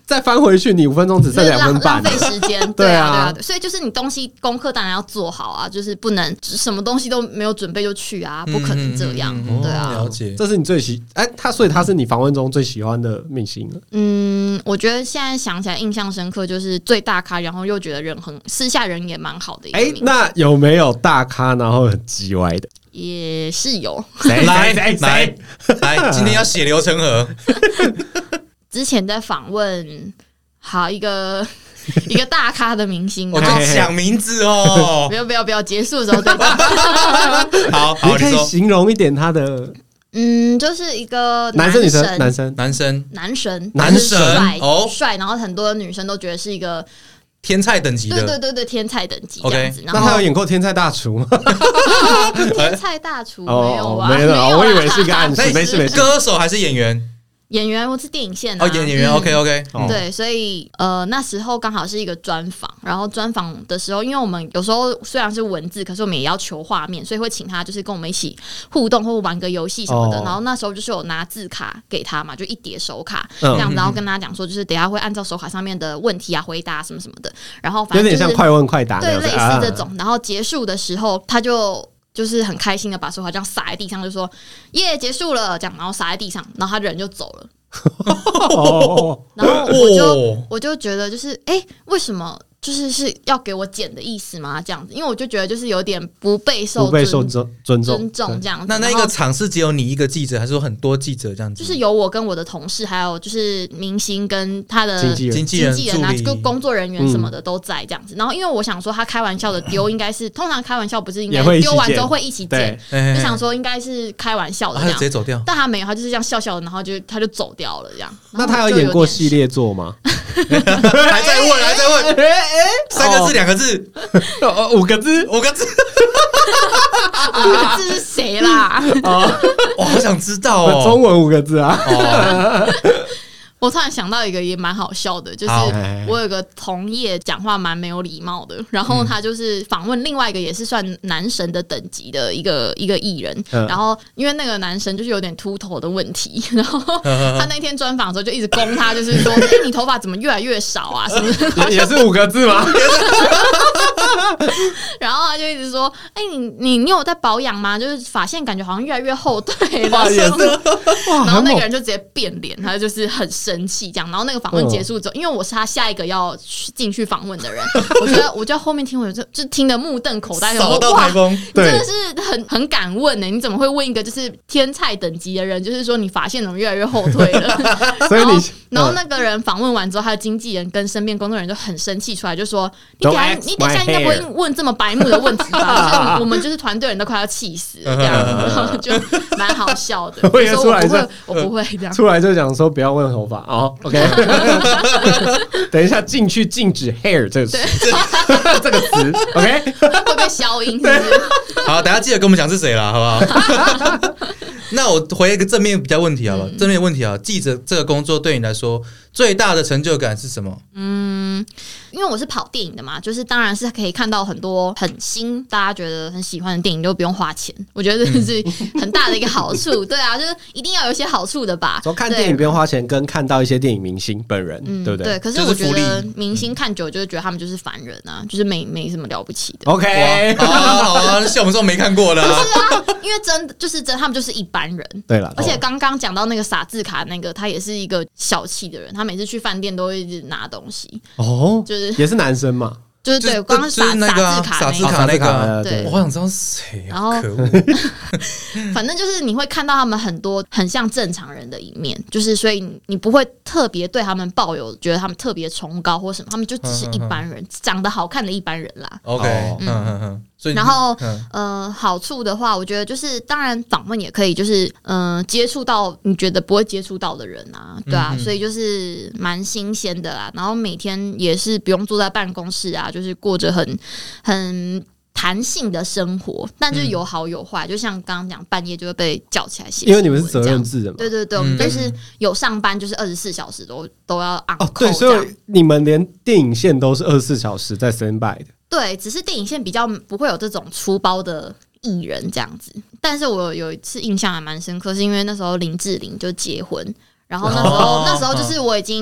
Speaker 1: 再翻回去，你五分钟只剩两分半，
Speaker 3: 浪费时间。
Speaker 1: 对啊，
Speaker 3: 对啊，对啊，所以就是你东西功课当然要做好啊，就是不能什么东西都没有准备就去啊，不可能这样。
Speaker 2: 嗯嗯嗯
Speaker 3: 对啊，
Speaker 2: 了解。
Speaker 1: 这是你最喜哎，他所以他是你访问中最喜欢的明星了。
Speaker 3: 嗯，我觉得现在想起来印象深刻，就是最大咖，然后又觉得人很私下人也蛮好的一个明星。
Speaker 1: 哎，那有没有大咖然后很叽歪的？
Speaker 3: 也是有。
Speaker 1: 谁
Speaker 2: 来
Speaker 1: 谁
Speaker 2: 来来，今天要血流成河。
Speaker 3: 之前在访问好一个一个大咖的明星，
Speaker 2: 我
Speaker 3: 然后
Speaker 2: 就讲名字哦。
Speaker 3: 不要不要不要，结束的时候再讲。
Speaker 2: 好，好，
Speaker 1: 你可以
Speaker 2: 说
Speaker 1: 形容一点他的
Speaker 3: 嗯，就是一个
Speaker 1: 男生女生
Speaker 3: 神
Speaker 1: 男生
Speaker 2: 男生
Speaker 3: 男神
Speaker 2: 男神
Speaker 3: 帅
Speaker 2: 哦
Speaker 3: 帅，然后很多女生都觉得是一个
Speaker 2: 天菜等级的，
Speaker 3: 对对对对天才等级这样子。然
Speaker 1: 那
Speaker 3: 后
Speaker 1: 他有演过《天才大厨》吗？
Speaker 3: 天才大厨没有吧？
Speaker 1: 哦，没有，
Speaker 3: 啦
Speaker 1: 我以为是一个暗示，
Speaker 2: 那
Speaker 1: 没事没事。
Speaker 2: 歌手还是演员？
Speaker 3: 演员，我是电影线啊，
Speaker 2: 哦，演演员
Speaker 3: 嗯
Speaker 2: ，OK OK。
Speaker 1: 哦
Speaker 3: 对，所以呃那时候刚好是一个专访，然后专访的时候，因为我们有时候虽然是文字，可是我们也要求画面，所以会请他就是跟我们一起互动或玩个游戏什么的。
Speaker 1: 哦
Speaker 3: 然后那时候就是有拿字卡给他嘛，就一叠手卡
Speaker 1: 嗯
Speaker 3: 这样子，然后跟他讲说，就是等一下会按照手卡上面的问题啊回答什么什么的，然后反
Speaker 1: 有
Speaker 3: 正就是
Speaker 1: 点像快问快答那样子，
Speaker 3: 对类似
Speaker 1: 啊
Speaker 3: 这种。然后结束的时候，他就。就是很开心的把手卡这样撒在地上，就说耶结束了这样，然后撒在地上，然后他人就走了。
Speaker 1: 哦，
Speaker 3: 然后我就、
Speaker 2: 哦
Speaker 3: 我就觉得就是哎、诶为什么就是是要给我剪的意思吗？这样子，因为我就觉得就是有点不备受
Speaker 1: 不被受
Speaker 3: 尊
Speaker 1: 尊尊重
Speaker 3: 尊重这样子。
Speaker 2: 那那
Speaker 3: 然后
Speaker 2: 个场是只有你一个记者，还是说很多记者这样子？
Speaker 3: 就是有我跟我的同事，还有就是明星跟他的
Speaker 1: 经纪人
Speaker 2: 经纪人、
Speaker 3: 经纪人啊，
Speaker 2: 助理
Speaker 3: 这个工作人员什么的都在这样子。然后因为我想说他开玩笑的丢，应该是通常开玩笑不是应该
Speaker 1: 也会一起
Speaker 3: 丢完之
Speaker 1: 剪
Speaker 3: 后会一起
Speaker 1: 对
Speaker 3: 剪，
Speaker 2: 哎
Speaker 3: 就想说应该是开玩笑的
Speaker 2: 他就
Speaker 3: 这样。
Speaker 2: 直接走掉。
Speaker 3: 但他没有，他就是这样笑笑的，然后就他就走掉了这样。
Speaker 1: 那他有演过系列作吗？
Speaker 2: 还在问，还在问，三个字、两个字、
Speaker 1: 哦，五个字。
Speaker 2: 五个字，
Speaker 3: 五个字是谁啦？
Speaker 2: 我好想知道哦。
Speaker 1: 中文五个字啊。
Speaker 2: 哦，
Speaker 3: 我突然想到一个也蛮好笑的，就是
Speaker 2: 好
Speaker 3: 我有个同业讲话蛮没有礼貌的，然后他就是访问另外一个也是算男神的等级的一个一个艺人，
Speaker 1: 嗯
Speaker 3: 然后因为那个男神就是有点秃头的问题，然后他那天专访的时候就一直攻他，就是说：“哎、你头发怎么越来越少啊？什么的？”
Speaker 1: 也也是五个字吗？
Speaker 3: 然后他就一直说：“哎、你你你有在保养吗？就是发线感觉好像越来越后退了。”
Speaker 1: 哇，也是哇，
Speaker 3: 然后那
Speaker 1: 很猛
Speaker 3: 个人就直接变脸，他就是很生气这样。然后那个访问结束之后，因为我是他下一个要去进去访问的人，我觉得我就在后面听，我就就听得目瞪口呆，
Speaker 2: 扫到
Speaker 3: 哇
Speaker 2: 台，风。
Speaker 1: 对
Speaker 3: 真的是很很敢问呢、你怎么会问一个就是天菜等级的人，就是说你发现怎么越来越后退了？
Speaker 1: 所以
Speaker 3: 然后
Speaker 1: 你
Speaker 3: 然后那个人访问完之后，他的经纪人跟身边工作人员就很生气出来，就说：“你等一下
Speaker 1: Don't ask
Speaker 3: 你等一下
Speaker 1: my
Speaker 3: 应该不会
Speaker 1: hair
Speaker 3: 问这么白目的问题吧？”就是我们就是团队人都快要气死了，这样子，然后就蛮好笑的。
Speaker 1: 我也
Speaker 3: 我说我不会
Speaker 1: 出来就，
Speaker 3: 我不会这样。
Speaker 1: 出来就讲说不要问头发哦。OK，等一下进去禁止 hair 这个词，这个词 OK。
Speaker 3: 会被消音，是不是？
Speaker 2: 好，大家记得跟我们讲是谁啦，好不好？那我回一个正面比较问题好了，正面问题啊，记者这个工作对你来说最大的成就感是什么？
Speaker 3: 嗯，因为我是跑电影的嘛，就是当然是可以看到很多很新、大家觉得很喜欢的电影，就不用花钱。我觉得这是很大的一个好处。对啊，就是一定要有一些好处的吧。
Speaker 1: 说看电影不用花钱，跟看到一些电影明星本人，
Speaker 3: 嗯，
Speaker 1: 对不对？
Speaker 3: 对，可是
Speaker 2: 就是
Speaker 3: 我觉
Speaker 2: 福利
Speaker 3: 得明星看久，就是觉得他们就是凡人啊，就是没没什么了不起的。
Speaker 1: OK，
Speaker 2: 好啊，好啊，像我们这种没看过的、啊，
Speaker 3: 是啊，因为真的就是真，他们就是一般人。
Speaker 1: 对了，
Speaker 3: 而且刚刚讲到那个撒字卡那个，他也是一个小气的人，他每次去饭店都会一直拿东西，
Speaker 1: 哦，
Speaker 3: 就是
Speaker 1: 也是男生嘛，
Speaker 3: 就是对，
Speaker 2: 就
Speaker 3: 刚刚撒
Speaker 2: 就是那个啊
Speaker 3: 撒字卡
Speaker 2: 撒字
Speaker 3: 那个。
Speaker 2: 卡那个啊
Speaker 1: 哦
Speaker 3: 对
Speaker 2: 我好想知道是谁啊！
Speaker 3: 然后
Speaker 2: 可恶，
Speaker 3: 反正就是你会看到他们很多很像正常人的一面，就是所以你不会特别对他们抱有觉得他们特别崇高或什么，他们就只是一般人，长得好看的一般人啦。
Speaker 2: OK，
Speaker 1: 哦
Speaker 2: 嗯嗯嗯，所以
Speaker 3: 然后
Speaker 2: 嗯
Speaker 3: 呃，好处的话，我觉得就是当然访问也可以，就是嗯、呃接触到你觉得不会接触到的人啊，对啊，
Speaker 2: 嗯嗯
Speaker 3: 所以就是蛮新鲜的啦。然后每天也是不用坐在办公室啊，就是过着很很。弹性的生活，但就是有好有坏，就像刚刚讲，半夜就会被叫起来写，
Speaker 1: 因为你们是责任制的嘛。
Speaker 3: 对对对，我们就是有上班，就是二十四小时都都要 on
Speaker 1: 哦，对，
Speaker 3: call 这样。
Speaker 1: 所以你们连电影线都是二十四小时在 stand by 的。
Speaker 3: 对，只是电影线比较不会有这种出包的艺人这样子。但是我有一次印象还蛮深刻，是因为那时候林志玲就结婚，然后那时候、
Speaker 2: 哦
Speaker 3: 那时候就是我已经。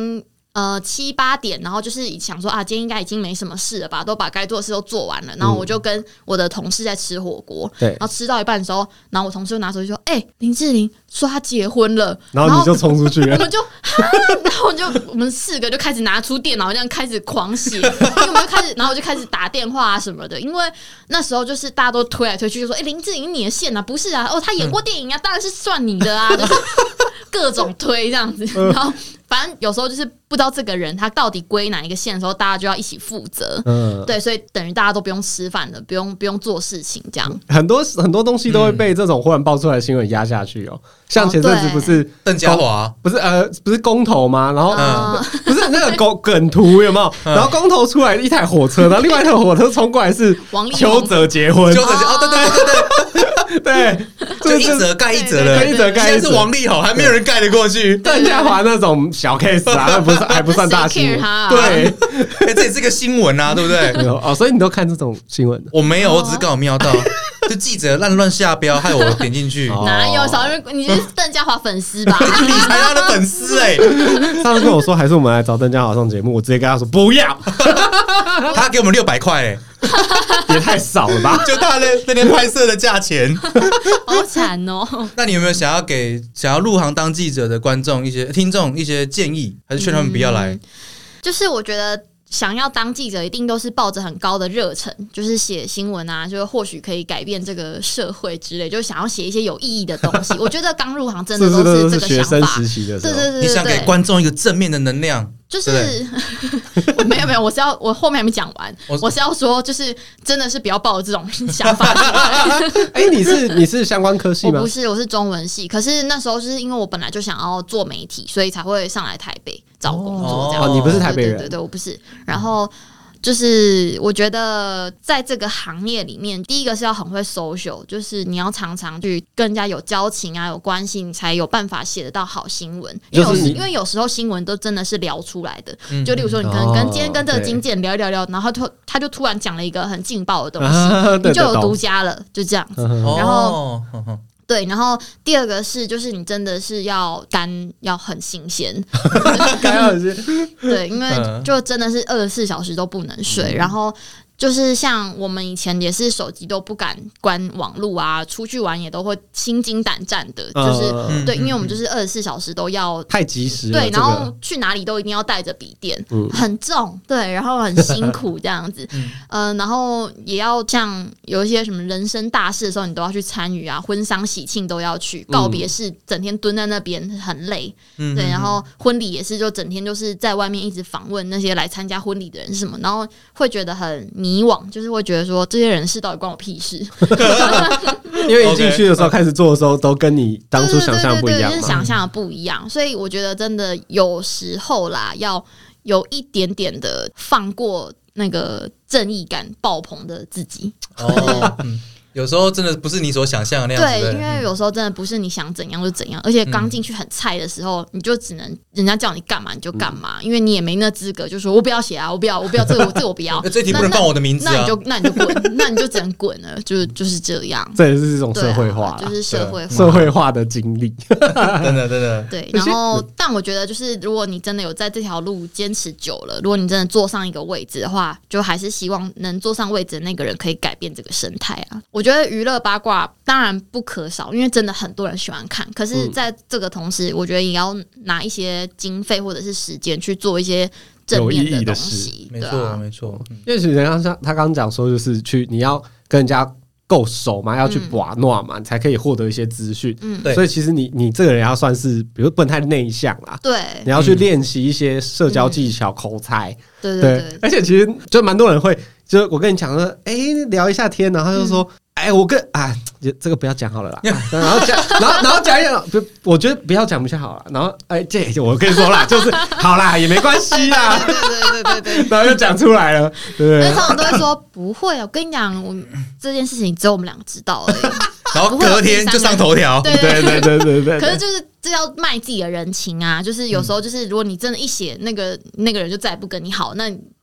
Speaker 3: 呃七八点，然后就是想说啊，今天应该已经没什么事了吧，都把该做的事都做完了，然后我就跟我的同事在吃火锅，
Speaker 1: 对，
Speaker 3: 然后吃到一半的时候，然后我同事就拿手机说：“哎、欸，林志玲说她结婚了。”
Speaker 1: 然后你就冲出去了，
Speaker 3: 我们就，然后我就我们四个就开始拿出电脑，这样开始狂写，因为我们就开始，然后我就开始打电话啊什么的，因为那时候就是大家都推来推去，就说：“哎、欸，林志玲你的线啊，不是啊，哦，她演过电影啊，当然是算你的啊。”就是各种推这样子，然后反正有时候就是不知道这个人他到底归哪一个线的时候，大家就要一起负责。嗯，对，所以等于大家都不用吃饭了，不用不用做事情，这样
Speaker 1: 很多很多东西都会被这种忽然爆出来的新闻压下去哦。像前阵子不是
Speaker 2: 邓家华，
Speaker 1: 不是呃不是公投吗？然后、嗯、不是那个梗梗图有没有？然后公投出来一台火车，然后另外一台火车冲过来是邱泽结婚，
Speaker 2: 邱泽结哦，对对对对
Speaker 1: 对，
Speaker 2: 就一折盖一折的，
Speaker 1: 一折盖一折。
Speaker 2: 现在是王力宏，还没有人盖得过去。
Speaker 1: 邓家华那种小 case 啊，那不是还不算大新闻。对，
Speaker 2: 哎，这也是个新闻啊，对不对？
Speaker 1: 哦，所以你都看这种新闻？
Speaker 2: 我没有，我只是刚好瞄到。就记者乱乱下标，害我点进去。
Speaker 3: 哪有？少你是邓家华粉丝吧？
Speaker 2: 你才他的粉丝哎！
Speaker 1: 上次跟我说，还是我们来找邓家华上节目，我直接跟他说不要。
Speaker 2: 他给我们六百块哎，
Speaker 1: 也太少了吧？
Speaker 2: 就他那那天拍摄的价钱，
Speaker 3: 好惨哦。
Speaker 2: 那你有没有想要给想要入行当记者的观众一些听众一些建议，还是劝他们不要来？
Speaker 3: 嗯、就是我觉得。想要当记者，一定都是抱着很高的热忱，就是写新闻啊，就是或许可以改变这个社会之类，就想要写一些有意义的东西。我觉得刚入行真的都是这个想法。
Speaker 1: 是是是学生时期的时候，
Speaker 3: 对对对对，
Speaker 2: 你想给观众一个正面的能量，
Speaker 3: 就是没有没有，我是要我后面还没讲完，我, 我是要说，就是真的是不要抱着这种想法。
Speaker 1: 哎、欸，你是你是相关科系吗？
Speaker 3: 我不是，我是中文系。可是那时候就是因为我本来就想要做媒体，所以才会上来台北找工作这样。
Speaker 1: 哦，你不是台北人？
Speaker 3: 对对 对, 对，我不是。然后就是我觉得在这个行业里面，第一个是要很会 social， 就是你要常常去跟人家有交情啊，有关系，你才有办法写得到好新闻。因为有、就是、因为有时候新闻都真的是聊出来的，嗯、就例如说你可能跟今天跟这个经纪人聊一聊聊，然后他他就突然讲了一个很劲爆的东西，啊、你就有独家了，就这样子。然后。哦对，然后第二个是，就是你真的是要肝要很新鲜，
Speaker 1: 肝要很新鲜。
Speaker 3: 对，因为就真的是二十四小时都不能睡，嗯、然后。就是像我们以前也是手机都不敢关网路啊，出去玩也都会心惊胆战的，就是、呃、对，因为我们就是二十四小时都要
Speaker 1: 太及时了，
Speaker 3: 对，然后去哪里都一定要带着笔电，嗯、很重，对，然后很辛苦这样子，嗯、呃，然后也要像有一些什么人生大事的时候，你都要去参与啊，婚丧喜庆都要去，告别式整天蹲在那边很累，嗯、对，然后婚礼也是就整天就是在外面一直访问那些来参加婚礼的人是什么，然后会觉得很迷。迷惘，就是会觉得说这些人事到底关我屁事，
Speaker 1: 因为一进去的时候开始做的时候，都跟你当初想象不一样嘛，
Speaker 3: 对对对对，就是想象的不一样，所以我觉得真的有时候啦，要有一点点的放过那个正义感爆棚的自己。
Speaker 2: 哦，嗯有时候真的不是你所想象的那样子。
Speaker 3: 对，因为有时候真的不是你想怎样就怎样，而且刚进去很菜的时候，你就只能人家叫你干嘛你就干嘛，嗯、因为你也没那资格，就说我不要写啊，我不要，我不要这个，这个我不要。
Speaker 2: 这题不能放我的名字啊，
Speaker 3: 那你就那你就滚，那你就只能滚了，就就是这样。
Speaker 1: 这也是一种社会化、
Speaker 3: 啊，就是社会化
Speaker 1: 社会化的经历，
Speaker 2: 真的真的。
Speaker 3: 对，然后但我觉得就是如果你真的有在这条路坚持久了，如果你真的坐上一个位置的话，就还是希望能坐上位置的那个人可以改变这个生态啊。我觉得娱乐八卦当然不可少，因为真的很多人喜欢看。可是，在这个同时，我觉得也要拿一些经费或者是时间去做一些正面的东西。
Speaker 2: 没错，没错。
Speaker 1: 因为其实像他刚刚讲说，就是去你要跟人家够熟嘛，要去把诺嘛，你才可以获得一些资讯。嗯，对。所以其实你你这个人要算是，比如不能太内向啦。对。你要去练习一些社交技巧、口才。对对对。而且其实就蛮多人会，就我跟你讲说，哎，聊一下天，然后他就说。哎，我跟啊，这个不要讲好了啦。然后讲，然后然后讲一讲，不，我觉得不要讲比较好了。然后，哎，这我跟你说啦，就是好啦，也没关系啦。
Speaker 3: 对对对对对。
Speaker 1: 然后就讲出来了，对不对？
Speaker 3: 通常都会说不会，我跟你讲，我这件事情只有我们两个知道而已。
Speaker 2: 然后隔天就上头条。
Speaker 3: 对对
Speaker 1: 对对对对。
Speaker 3: 可是就是这要卖自己的人情啊，就是有时候就是如果你真的一写那个那个人就再也不跟你好，那。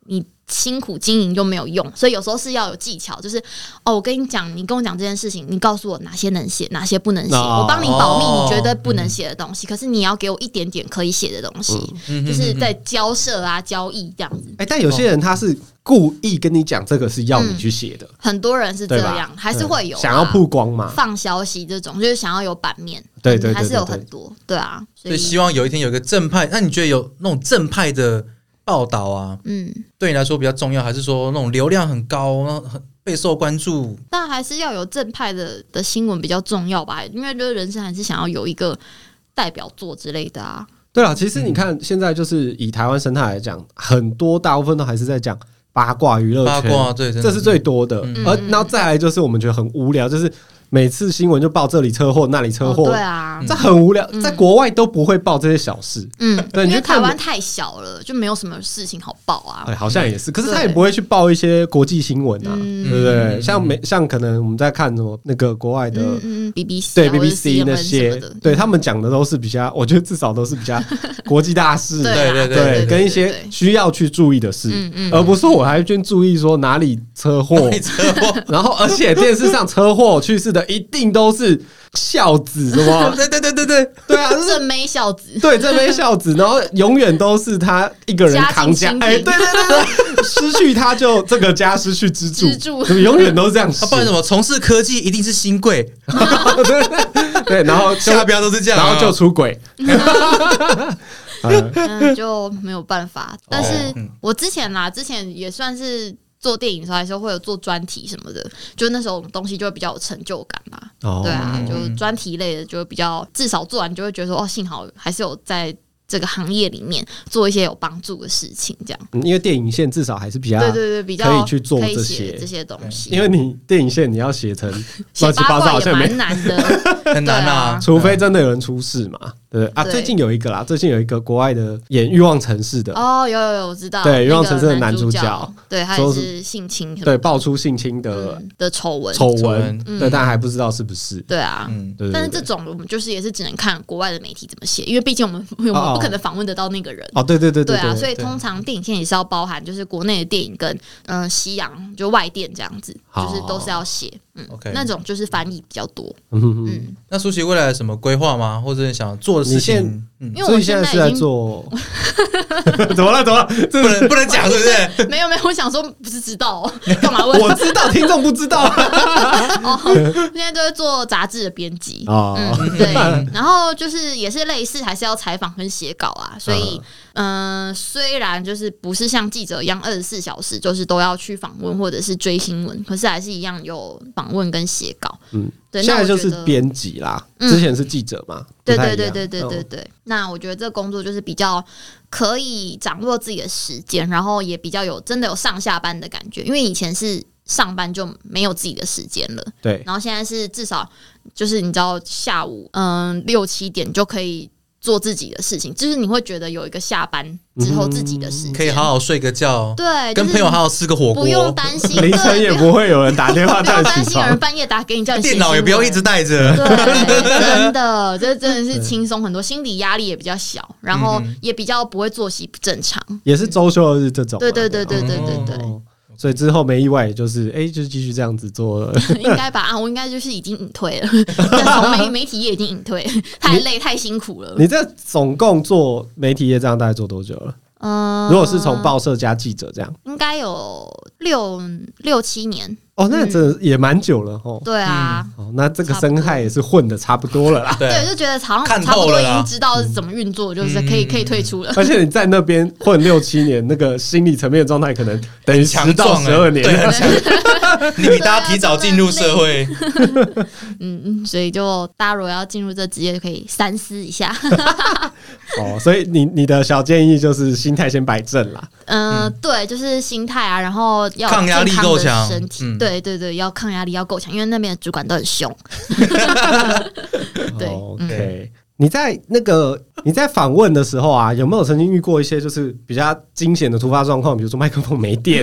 Speaker 3: 你辛苦经营就没有用，所以有时候是要有技巧，就是哦，我跟你讲，你跟我讲这件事情，你告诉我哪些能写，哪些不能写，
Speaker 1: 哦、
Speaker 3: 我帮你保密你觉得不能写的东西，嗯、可是你要给我一点点可以写的东西，嗯、就是在交涉啊、交易这样子。
Speaker 1: 哎、欸，但有些人他是故意跟你讲这个是要你去写的、嗯，
Speaker 3: 很多人是这样，还是会有、啊、
Speaker 1: 想要曝光嘛，
Speaker 3: 放消息这种，就是想要有版面，
Speaker 1: 对对对对对，
Speaker 3: 还是有很多，对啊，
Speaker 2: 所以希望有一天有一个正派。那你觉得有那种正派的报道啊，嗯，对你来说比较重要，还是说那种流量很高、很备受关注？
Speaker 3: 但还是要有正派的的新闻比较重要吧，因为就是人生还是想要有一个代表作之类的啊。
Speaker 1: 对啊，其实你看现在就是以台湾生态来讲，很多大部分都还是在讲八卦娱乐圈，
Speaker 2: 八卦对，
Speaker 1: 这是最多的。嗯、而然后再来就是我们觉得很无聊，就是每次新闻就报这里车祸那里车祸、
Speaker 3: 哦，对啊，
Speaker 1: 这很无聊，在国外都不会报这些小事。嗯，对，
Speaker 3: 因为台湾太小了，就没有什么事情好报啊。
Speaker 1: 哎，好像也是，可是他也不会去报一些国际新闻啊，对不对？像没像可能我们在看什么那个国外的
Speaker 3: B B C
Speaker 1: 对 B B C 那些，对他们讲的都是比较，我觉得至少都是比较国际大事，
Speaker 2: 对对
Speaker 1: 对，跟一些需要去注意的事，而不是我还去注意说哪里车祸，
Speaker 2: 车祸，
Speaker 1: 然后而且电视上车祸去世的一定都是。是孝子是吗？
Speaker 2: 对对对对对
Speaker 1: 对啊，
Speaker 3: 正妹孝子，
Speaker 1: 对正妹孝子，然后永远都是他一个人扛家，哎、欸，对对对对，失去他就这个家失去支柱，支柱永远都是这样写。
Speaker 2: 不然什么从事科技一定是新贵，
Speaker 1: 对对，然后
Speaker 2: 下标都是这样、啊，
Speaker 1: 然后就出轨。
Speaker 3: 嗯，就没有办法。但是我之前啦，之前也算是。做电影的时候还是会有做专题什么的，就那时候东西就会比较有成就感嘛。哦、对啊，就专题类的就会比较，至少做完就会觉得说，哦，幸好还是有在这个行业里面做一些有帮助的事情，这样、
Speaker 1: 嗯。因为电影线至少还是比较，
Speaker 3: 对对对，比较
Speaker 1: 可以去做这些
Speaker 3: 这些东西。
Speaker 1: 因为你电影线你要写成乱七八糟，好像
Speaker 3: 蛮难的，
Speaker 2: 很难啊。
Speaker 1: 除非真的有人出事嘛。对啊，最近有一个啦，最近有一个国外的演《欲望城市》的
Speaker 3: 哦，有有有，我知道，
Speaker 1: 对，《欲望城市》的男主角，
Speaker 3: 对，他也是性侵，
Speaker 1: 对，爆出性侵的、
Speaker 3: 嗯、的丑闻，
Speaker 1: 丑闻，嗯、对，但还不知道是不是，
Speaker 3: 对啊，嗯，对对对对，但是这种我们就是也是只能看国外的媒体怎么写，因为毕竟我们我们不可能访问得到那个人，
Speaker 1: 哦，对对对对，
Speaker 3: 对啊，所以通常电影线也是要包含，就是国内的电影跟嗯、呃、西洋就外电这样子，就是都是要写，嗯
Speaker 2: ，OK，
Speaker 3: 那种就是翻译比较多，
Speaker 1: 嗯嗯，
Speaker 2: 那舒淇未来有什么规划吗？或者想做的事情？
Speaker 3: 嗯、因为我
Speaker 1: 现在是在做，怎么了？怎么了？
Speaker 2: 不能不能讲，是不是？
Speaker 3: 没有没有，我想说不是知道、哦，干嘛问？
Speaker 1: 我知道，听众不知道。
Speaker 3: 哦，现在都在做杂志的编辑哦、嗯，对，然后就是也是类似，还是要采访跟写稿啊，所以嗯、呃，虽然就是不是像记者一样二十四小时就是都要去访问或者是追新闻，可是还是一样有访问跟写稿。嗯，对，
Speaker 1: 现在就是编辑啦、嗯，之前是记者嘛。
Speaker 3: 对对对对对对对。那我觉得这个工作就是比较可以掌握自己的时间，然后也比较有真的有上下班的感觉，因为以前是上班就没有自己的时间了。
Speaker 1: 对，
Speaker 3: 然后现在是至少就是你知道下午嗯六七点就可以做自己的事情，就是你会觉得有一个下班之后自己的时间、嗯，
Speaker 2: 可以好好睡个觉，
Speaker 3: 对，
Speaker 2: 跟朋友好好吃个火锅，
Speaker 3: 不用担心
Speaker 1: 凌晨也不会有人打电话叫你起床，不用担心
Speaker 3: 有人半夜打给你叫你写新闻，
Speaker 2: 电脑也不要一直带着，
Speaker 3: 对，真的，这真的是轻松很多，心理压力也比较小，然后也比较不会作息不正常，
Speaker 1: 也是周休二日这种，
Speaker 3: 对对对对对对对。
Speaker 1: 哦，所以之后没意外，也就是哎、欸，就是继续这样子做了，
Speaker 3: 应该吧？啊，我应该就是已经隐退了，从媒媒体业已经隐退，太累太辛苦了。
Speaker 1: 你这总共做媒体业这样大概做多久了？嗯，如果是从报社加记者这样，
Speaker 3: 应该有六六七年。
Speaker 1: 哦，那这也蛮久了哦。
Speaker 3: 对啊，
Speaker 1: 哦，那这个生态也是混的差不多了啦。
Speaker 3: 对，就觉得好像差不多已经知道怎么运作，就是可以可以退出了。
Speaker 1: 而且你在那边混六七年，那个心理层面的状态可能等于十到十二年，
Speaker 2: 你比大家提早进入社会。
Speaker 3: 嗯嗯，所以就大家如果要进入这职业，就可以三思一下。
Speaker 1: 哦，所以你你的小建议就是心态先摆正啦。
Speaker 3: 嗯、呃，对，就是心态啊，然后要
Speaker 2: 抗压力够强，
Speaker 3: 身体、嗯，对对对，要抗压力要够强，因为那边的主管都很凶。对、
Speaker 1: 哦、，OK、嗯。你在那个你在访问的时候啊，有没有曾经遇过一些就是比较惊险的突发状况？比如说麦克风没电，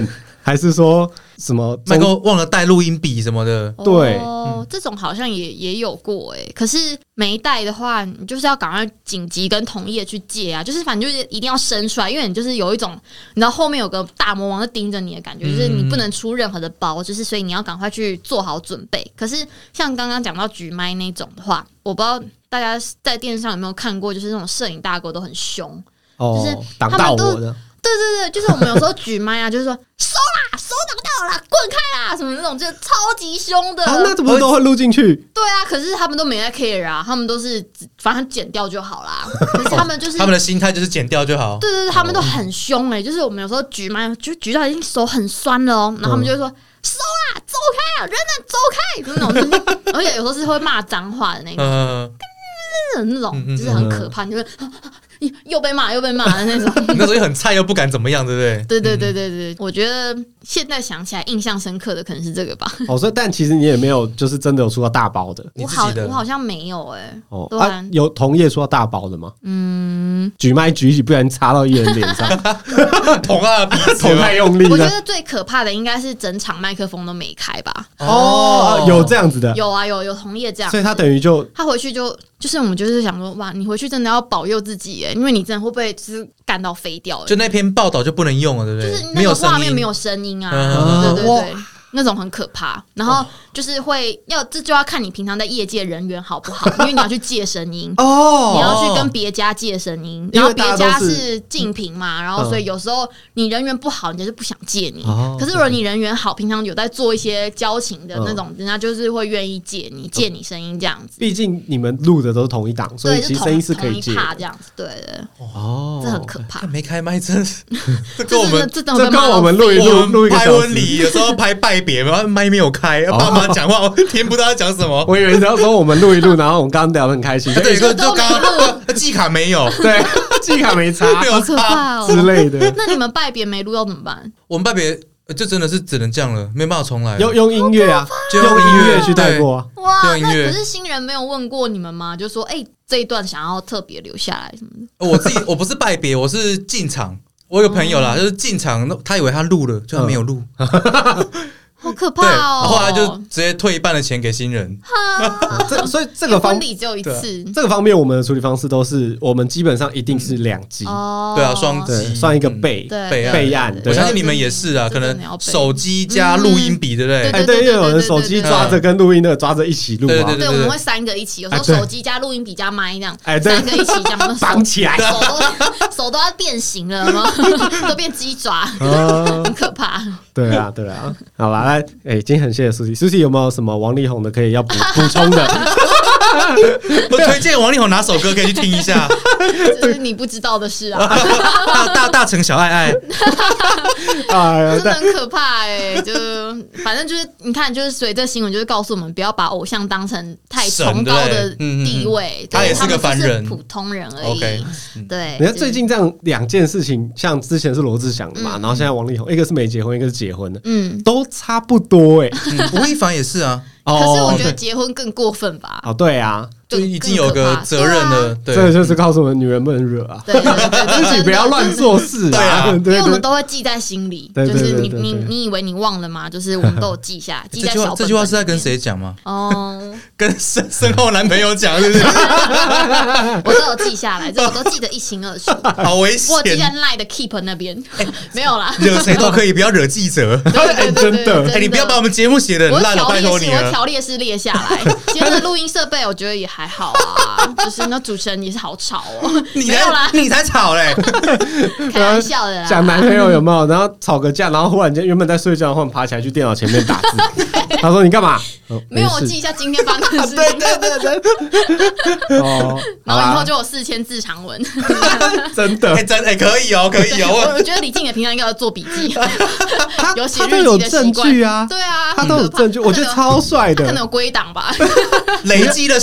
Speaker 1: 还是说什么
Speaker 2: 麦克忘了带录音笔什么的？
Speaker 1: 对，
Speaker 3: 哦，嗯、这种好像也也有过哎、欸，可是没带的话，你就是要赶快紧急跟同业去借啊，就是反正就是一定要伸出来，因为你就是有一种你知道后面有个大魔王在盯着你的感觉，就是你不能出任何的包，就是所以你要赶快去做好准备。可是像刚刚讲到举麦那种的话，我不知道大家在电视上有没有看过，就是那种摄影大哥都很凶，
Speaker 1: 哦、
Speaker 3: 就是
Speaker 1: 挡到我的。
Speaker 3: 对对对，就是我们有时候举麦啊，就是说收啦，收挡到啦，滚开啦，什么那种，就是超级凶的。
Speaker 1: 啊、那怎么都会录进去？
Speaker 3: 对啊，可是他们都没在 care 啊，他们都是反正剪掉就好啦。可是他们就是
Speaker 2: 他们的心态就是剪掉就好。
Speaker 3: 对对对，他们都很凶哎、欸，就是我们有时候举麦，就举到已经手很酸了哦、喔，然后他们就会说。收啦，走开啊，人呢走开，就是那种，就是而且有时候是会骂脏话的那种，呃、那种就是很可怕，你就会又被骂又被骂的那种。
Speaker 2: 那时候又很菜又不敢怎么样，对不对？
Speaker 3: 对对对对对，嗯、我觉得现在想起来印象深刻的可能是这个吧。
Speaker 1: 哦，所以但其实你也没有就是真的有出到大包的，
Speaker 3: 我好我好像没有哎、欸。
Speaker 1: 哦，啊，有同业出到大包的吗？
Speaker 3: 嗯，
Speaker 1: 举麦举起，不然插到艺人脸上，
Speaker 2: 捅啊鼻子，
Speaker 1: 捅太用力了。
Speaker 3: 我觉得最可怕的应该是整场麦克风都没开吧？
Speaker 1: 哦，有这样子的，
Speaker 3: 有啊有有同业这样，
Speaker 1: 所以他等于就
Speaker 3: 他回去就就是我们就是想说哇，你回去真的要保佑自己耶，因为你真的会不会就是干到飞掉？
Speaker 2: 就那篇报道就不能用了，对不对？
Speaker 3: 就是那个画面没有声音啊，对对对对。那种很可怕，然后就是会要这就要看你平常在业界人缘好不好，因为你要去借声音哦，你要去跟别家借声音，然后别家是竞品嘛，然后所以有时候你人缘不好，人家就不想借你。
Speaker 1: 哦、
Speaker 3: 可是如果你人缘好，平常有在做一些交情的那种，人家就是会愿意借你借你声音这样子。
Speaker 1: 毕竟你们录的都是同一档，所以其实声音是可以借的
Speaker 3: 这样子，对的。
Speaker 1: 哦，
Speaker 3: 这很可怕。
Speaker 2: 没开麦，真是这
Speaker 3: 跟
Speaker 2: 我们
Speaker 3: 这
Speaker 1: 这跟我们录一录录一个
Speaker 2: 拍婚礼有时候拍拜别，然后麦没有开，爸妈讲话我听不到他讲什么。
Speaker 1: 我以为你要说我们录一录，然后我们刚刚聊得很开心，
Speaker 2: 对，就就刚刚季卡没有，
Speaker 1: 对，季卡没插，
Speaker 3: 好可怕哦
Speaker 1: 之类的。
Speaker 3: 那你们拜别没录要怎么办？
Speaker 2: 我们拜别就真的是只能这样了，没办法重来。
Speaker 1: 用用音乐啊，就用音乐去带过啊。
Speaker 3: 哇，那可是新人没有问过你们吗？就说哎、欸，这一段想要特别留下来什么的。
Speaker 2: 我自己我不是拜别，我是进场。我有个朋友啦，就是进场，他以为他录了，就他没有录。
Speaker 3: 好可怕哦！
Speaker 2: 后来就直接退一半的钱给新人。
Speaker 1: 这所以这个方
Speaker 3: 婚礼只有一次，
Speaker 1: 这个方面我们的处理方式都是，我们基本上一定是两击，
Speaker 3: 哦，
Speaker 2: 对啊，双击
Speaker 1: 算一个备
Speaker 3: 备
Speaker 1: 备案。
Speaker 2: 我相信你们也是啊，可能手机加录音笔，对不对？
Speaker 1: 哎，对，因为有人手机抓着跟录音的抓着一起录啊。
Speaker 3: 对，我们会三个一起，有时候手机加录音笔加麦这样，
Speaker 1: 哎，
Speaker 3: 三个一起这样
Speaker 1: 绑起来，
Speaker 3: 手都手都要变形了，都变鸡爪，很可怕。
Speaker 1: 对啊，对啊，好啦，来，哎，今天很谢谢舒淇，舒淇有没有什么王力宏的可以要补补充的？
Speaker 2: 我推荐王力宏哪首歌可以去听一下？
Speaker 3: 这是你不知道的事啊！
Speaker 2: 大大大城小爱爱，
Speaker 3: 真的很可怕哎！就反正就是你看，就是随着新闻就是告诉我们，不要把偶像当成太崇高的地位，
Speaker 2: 他也是个凡人，
Speaker 3: 普通人而已。对，
Speaker 1: 你看最近这样两件事情，像之前是罗志祥的嘛，然后现在王力宏，一个是没结婚，一个是结婚的，嗯，都差不多哎。
Speaker 2: 吴亦凡也是啊。
Speaker 3: 可是我觉得结婚更过分吧？
Speaker 1: 哦，对啊，
Speaker 2: 就已经有个责任了。对，
Speaker 1: 这就是告诉我们女人不能惹啊，
Speaker 3: 对对对，
Speaker 1: 自己不要乱做事啊。
Speaker 3: 因为我们都会记在心里，就是你你你以为你忘了吗？就是我们都有记下来，记在小本本。
Speaker 2: 这句话是在跟谁讲吗？
Speaker 3: 哦，
Speaker 2: 跟身身后男朋友讲，是不是？
Speaker 3: 我都有记下来，这我都记得一清二楚。
Speaker 2: 好危险！
Speaker 3: 我记在 Line 的 Keep 那边，没有啦。
Speaker 2: 惹谁都可以，不要惹记者。
Speaker 3: 对
Speaker 1: 真的，
Speaker 2: 哎，你不要把我们节目写的很烂了，拜托你了。
Speaker 3: 条列式列下来，今天的录音设备我觉得也还好啊，就是那主持人也是好吵哦。
Speaker 2: 你没有啦，你才吵嘞，
Speaker 3: 开玩笑的啦。
Speaker 1: 讲男朋友有没有？然后吵个架，然后忽然间原本在睡觉，忽然爬起来去电脑前面打字。他说：“你干嘛？”
Speaker 3: 没有，我记一下今天发生的事情。
Speaker 2: 对对对
Speaker 1: 对。哦，
Speaker 3: 然后以后就有四千字长文。
Speaker 1: 真的，
Speaker 2: 哎，真哎，可以哦，可以哦。
Speaker 3: 我觉得李静也平常应该要做笔记，有写
Speaker 1: 日记的习惯
Speaker 3: 啊。对啊，
Speaker 1: 他都有证据，我觉得超帅的。
Speaker 3: 可能有归档吧，
Speaker 2: 累积了十九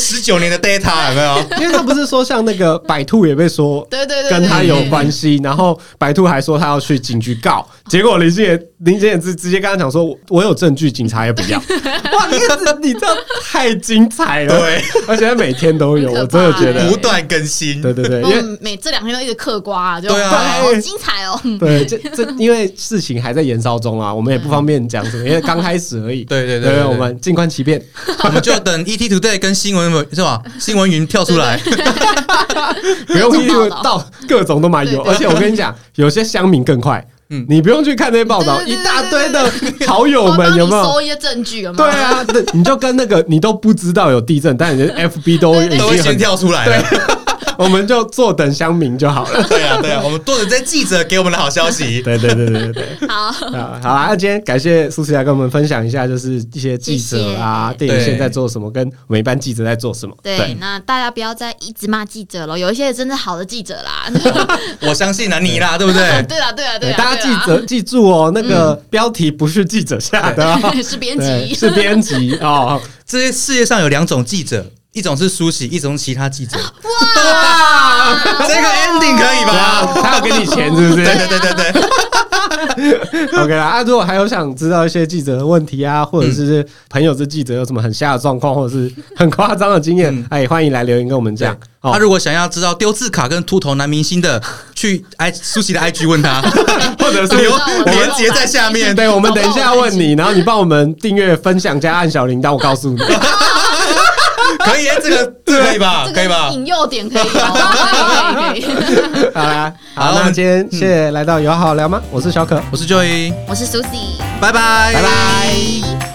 Speaker 2: 年的 data 有没有？
Speaker 1: 因为他不是说像那个百兔也被说
Speaker 3: 对对对，
Speaker 1: 跟他有关系，然后白兔还说他要去警局告，结果林心妍林心妍直直接跟他讲说，我有证据，警察也不要。哇，你这你这太精彩了，
Speaker 2: 对，
Speaker 1: 而且他每天都有，我真的觉得
Speaker 2: 不断更新，
Speaker 1: 对对对，因为
Speaker 3: 每这两天都一直嗑瓜，就
Speaker 2: 对啊，
Speaker 3: 好精彩哦。
Speaker 1: 对，这这因为事情还在延烧中啊，我们也不方便讲什么，因为刚开始而已。
Speaker 2: 对对对对，
Speaker 1: 我们静观其变，
Speaker 2: 我们就等 E T Today 跟新闻是吧？新闻云跳出来，
Speaker 1: 不用一路到各种都蛮有，而且我跟你讲，有些乡民更快。嗯，你不用去看那些报道，一大堆的好友们有没有
Speaker 3: 收一些证据？有没
Speaker 1: 有？对啊，你就跟那个你都不知道有地震，但你的 F B 都已经
Speaker 2: 都会先跳出来了。
Speaker 1: 我们就坐等乡民就好了。
Speaker 2: 对啊，对啊，我们坐等这些记者给我们的好消息。
Speaker 1: 对对对对对。
Speaker 3: 好，
Speaker 1: 好啦，那今天感谢苏思雅跟我们分享一下，就是一些记者啊，谢谢电影线在做什么，跟我们一般记者在做什么。
Speaker 3: 对，对那大家不要再一直骂记者了，有一些真的好的记者啦。
Speaker 2: 我相信啊，你啦，对不对？
Speaker 3: 对啦，对啦，对啦。
Speaker 1: 大家记者记住哦，那个标题不是记者下的，
Speaker 3: 是编辑，
Speaker 1: 是编辑哦。
Speaker 2: 这些世界上有两种记者。一种是苏喜，一种是其他记者。
Speaker 3: 哇，
Speaker 2: 这个 ending 可以吧？
Speaker 1: 他要给你钱是不是？
Speaker 2: 对对对对对。
Speaker 1: OK 啦，啊，如果还有想知道一些记者的问题啊，或者是朋友这记者有什么很瞎的状况，或者是很夸张的经验，嗯、哎，欢迎来留言跟我们讲。
Speaker 2: 他、哦啊、如果想要知道丢字卡跟秃头男明星的，去 i 苏喜的 I G 问他，
Speaker 1: 或者是
Speaker 2: 留连结在下面。
Speaker 1: 对，我们等一下问你，然后你帮我们订阅、分享加按小铃铛，我告诉你。
Speaker 2: 可以，这个这个可以吧？可以吧？
Speaker 3: 引诱点可以哦，可以可以。
Speaker 1: 好啦，好，那今天谢谢来到友好聊吗？我是小可，
Speaker 2: 我是 Joey，
Speaker 3: 我是 Susie，
Speaker 2: 拜拜，
Speaker 1: 拜拜。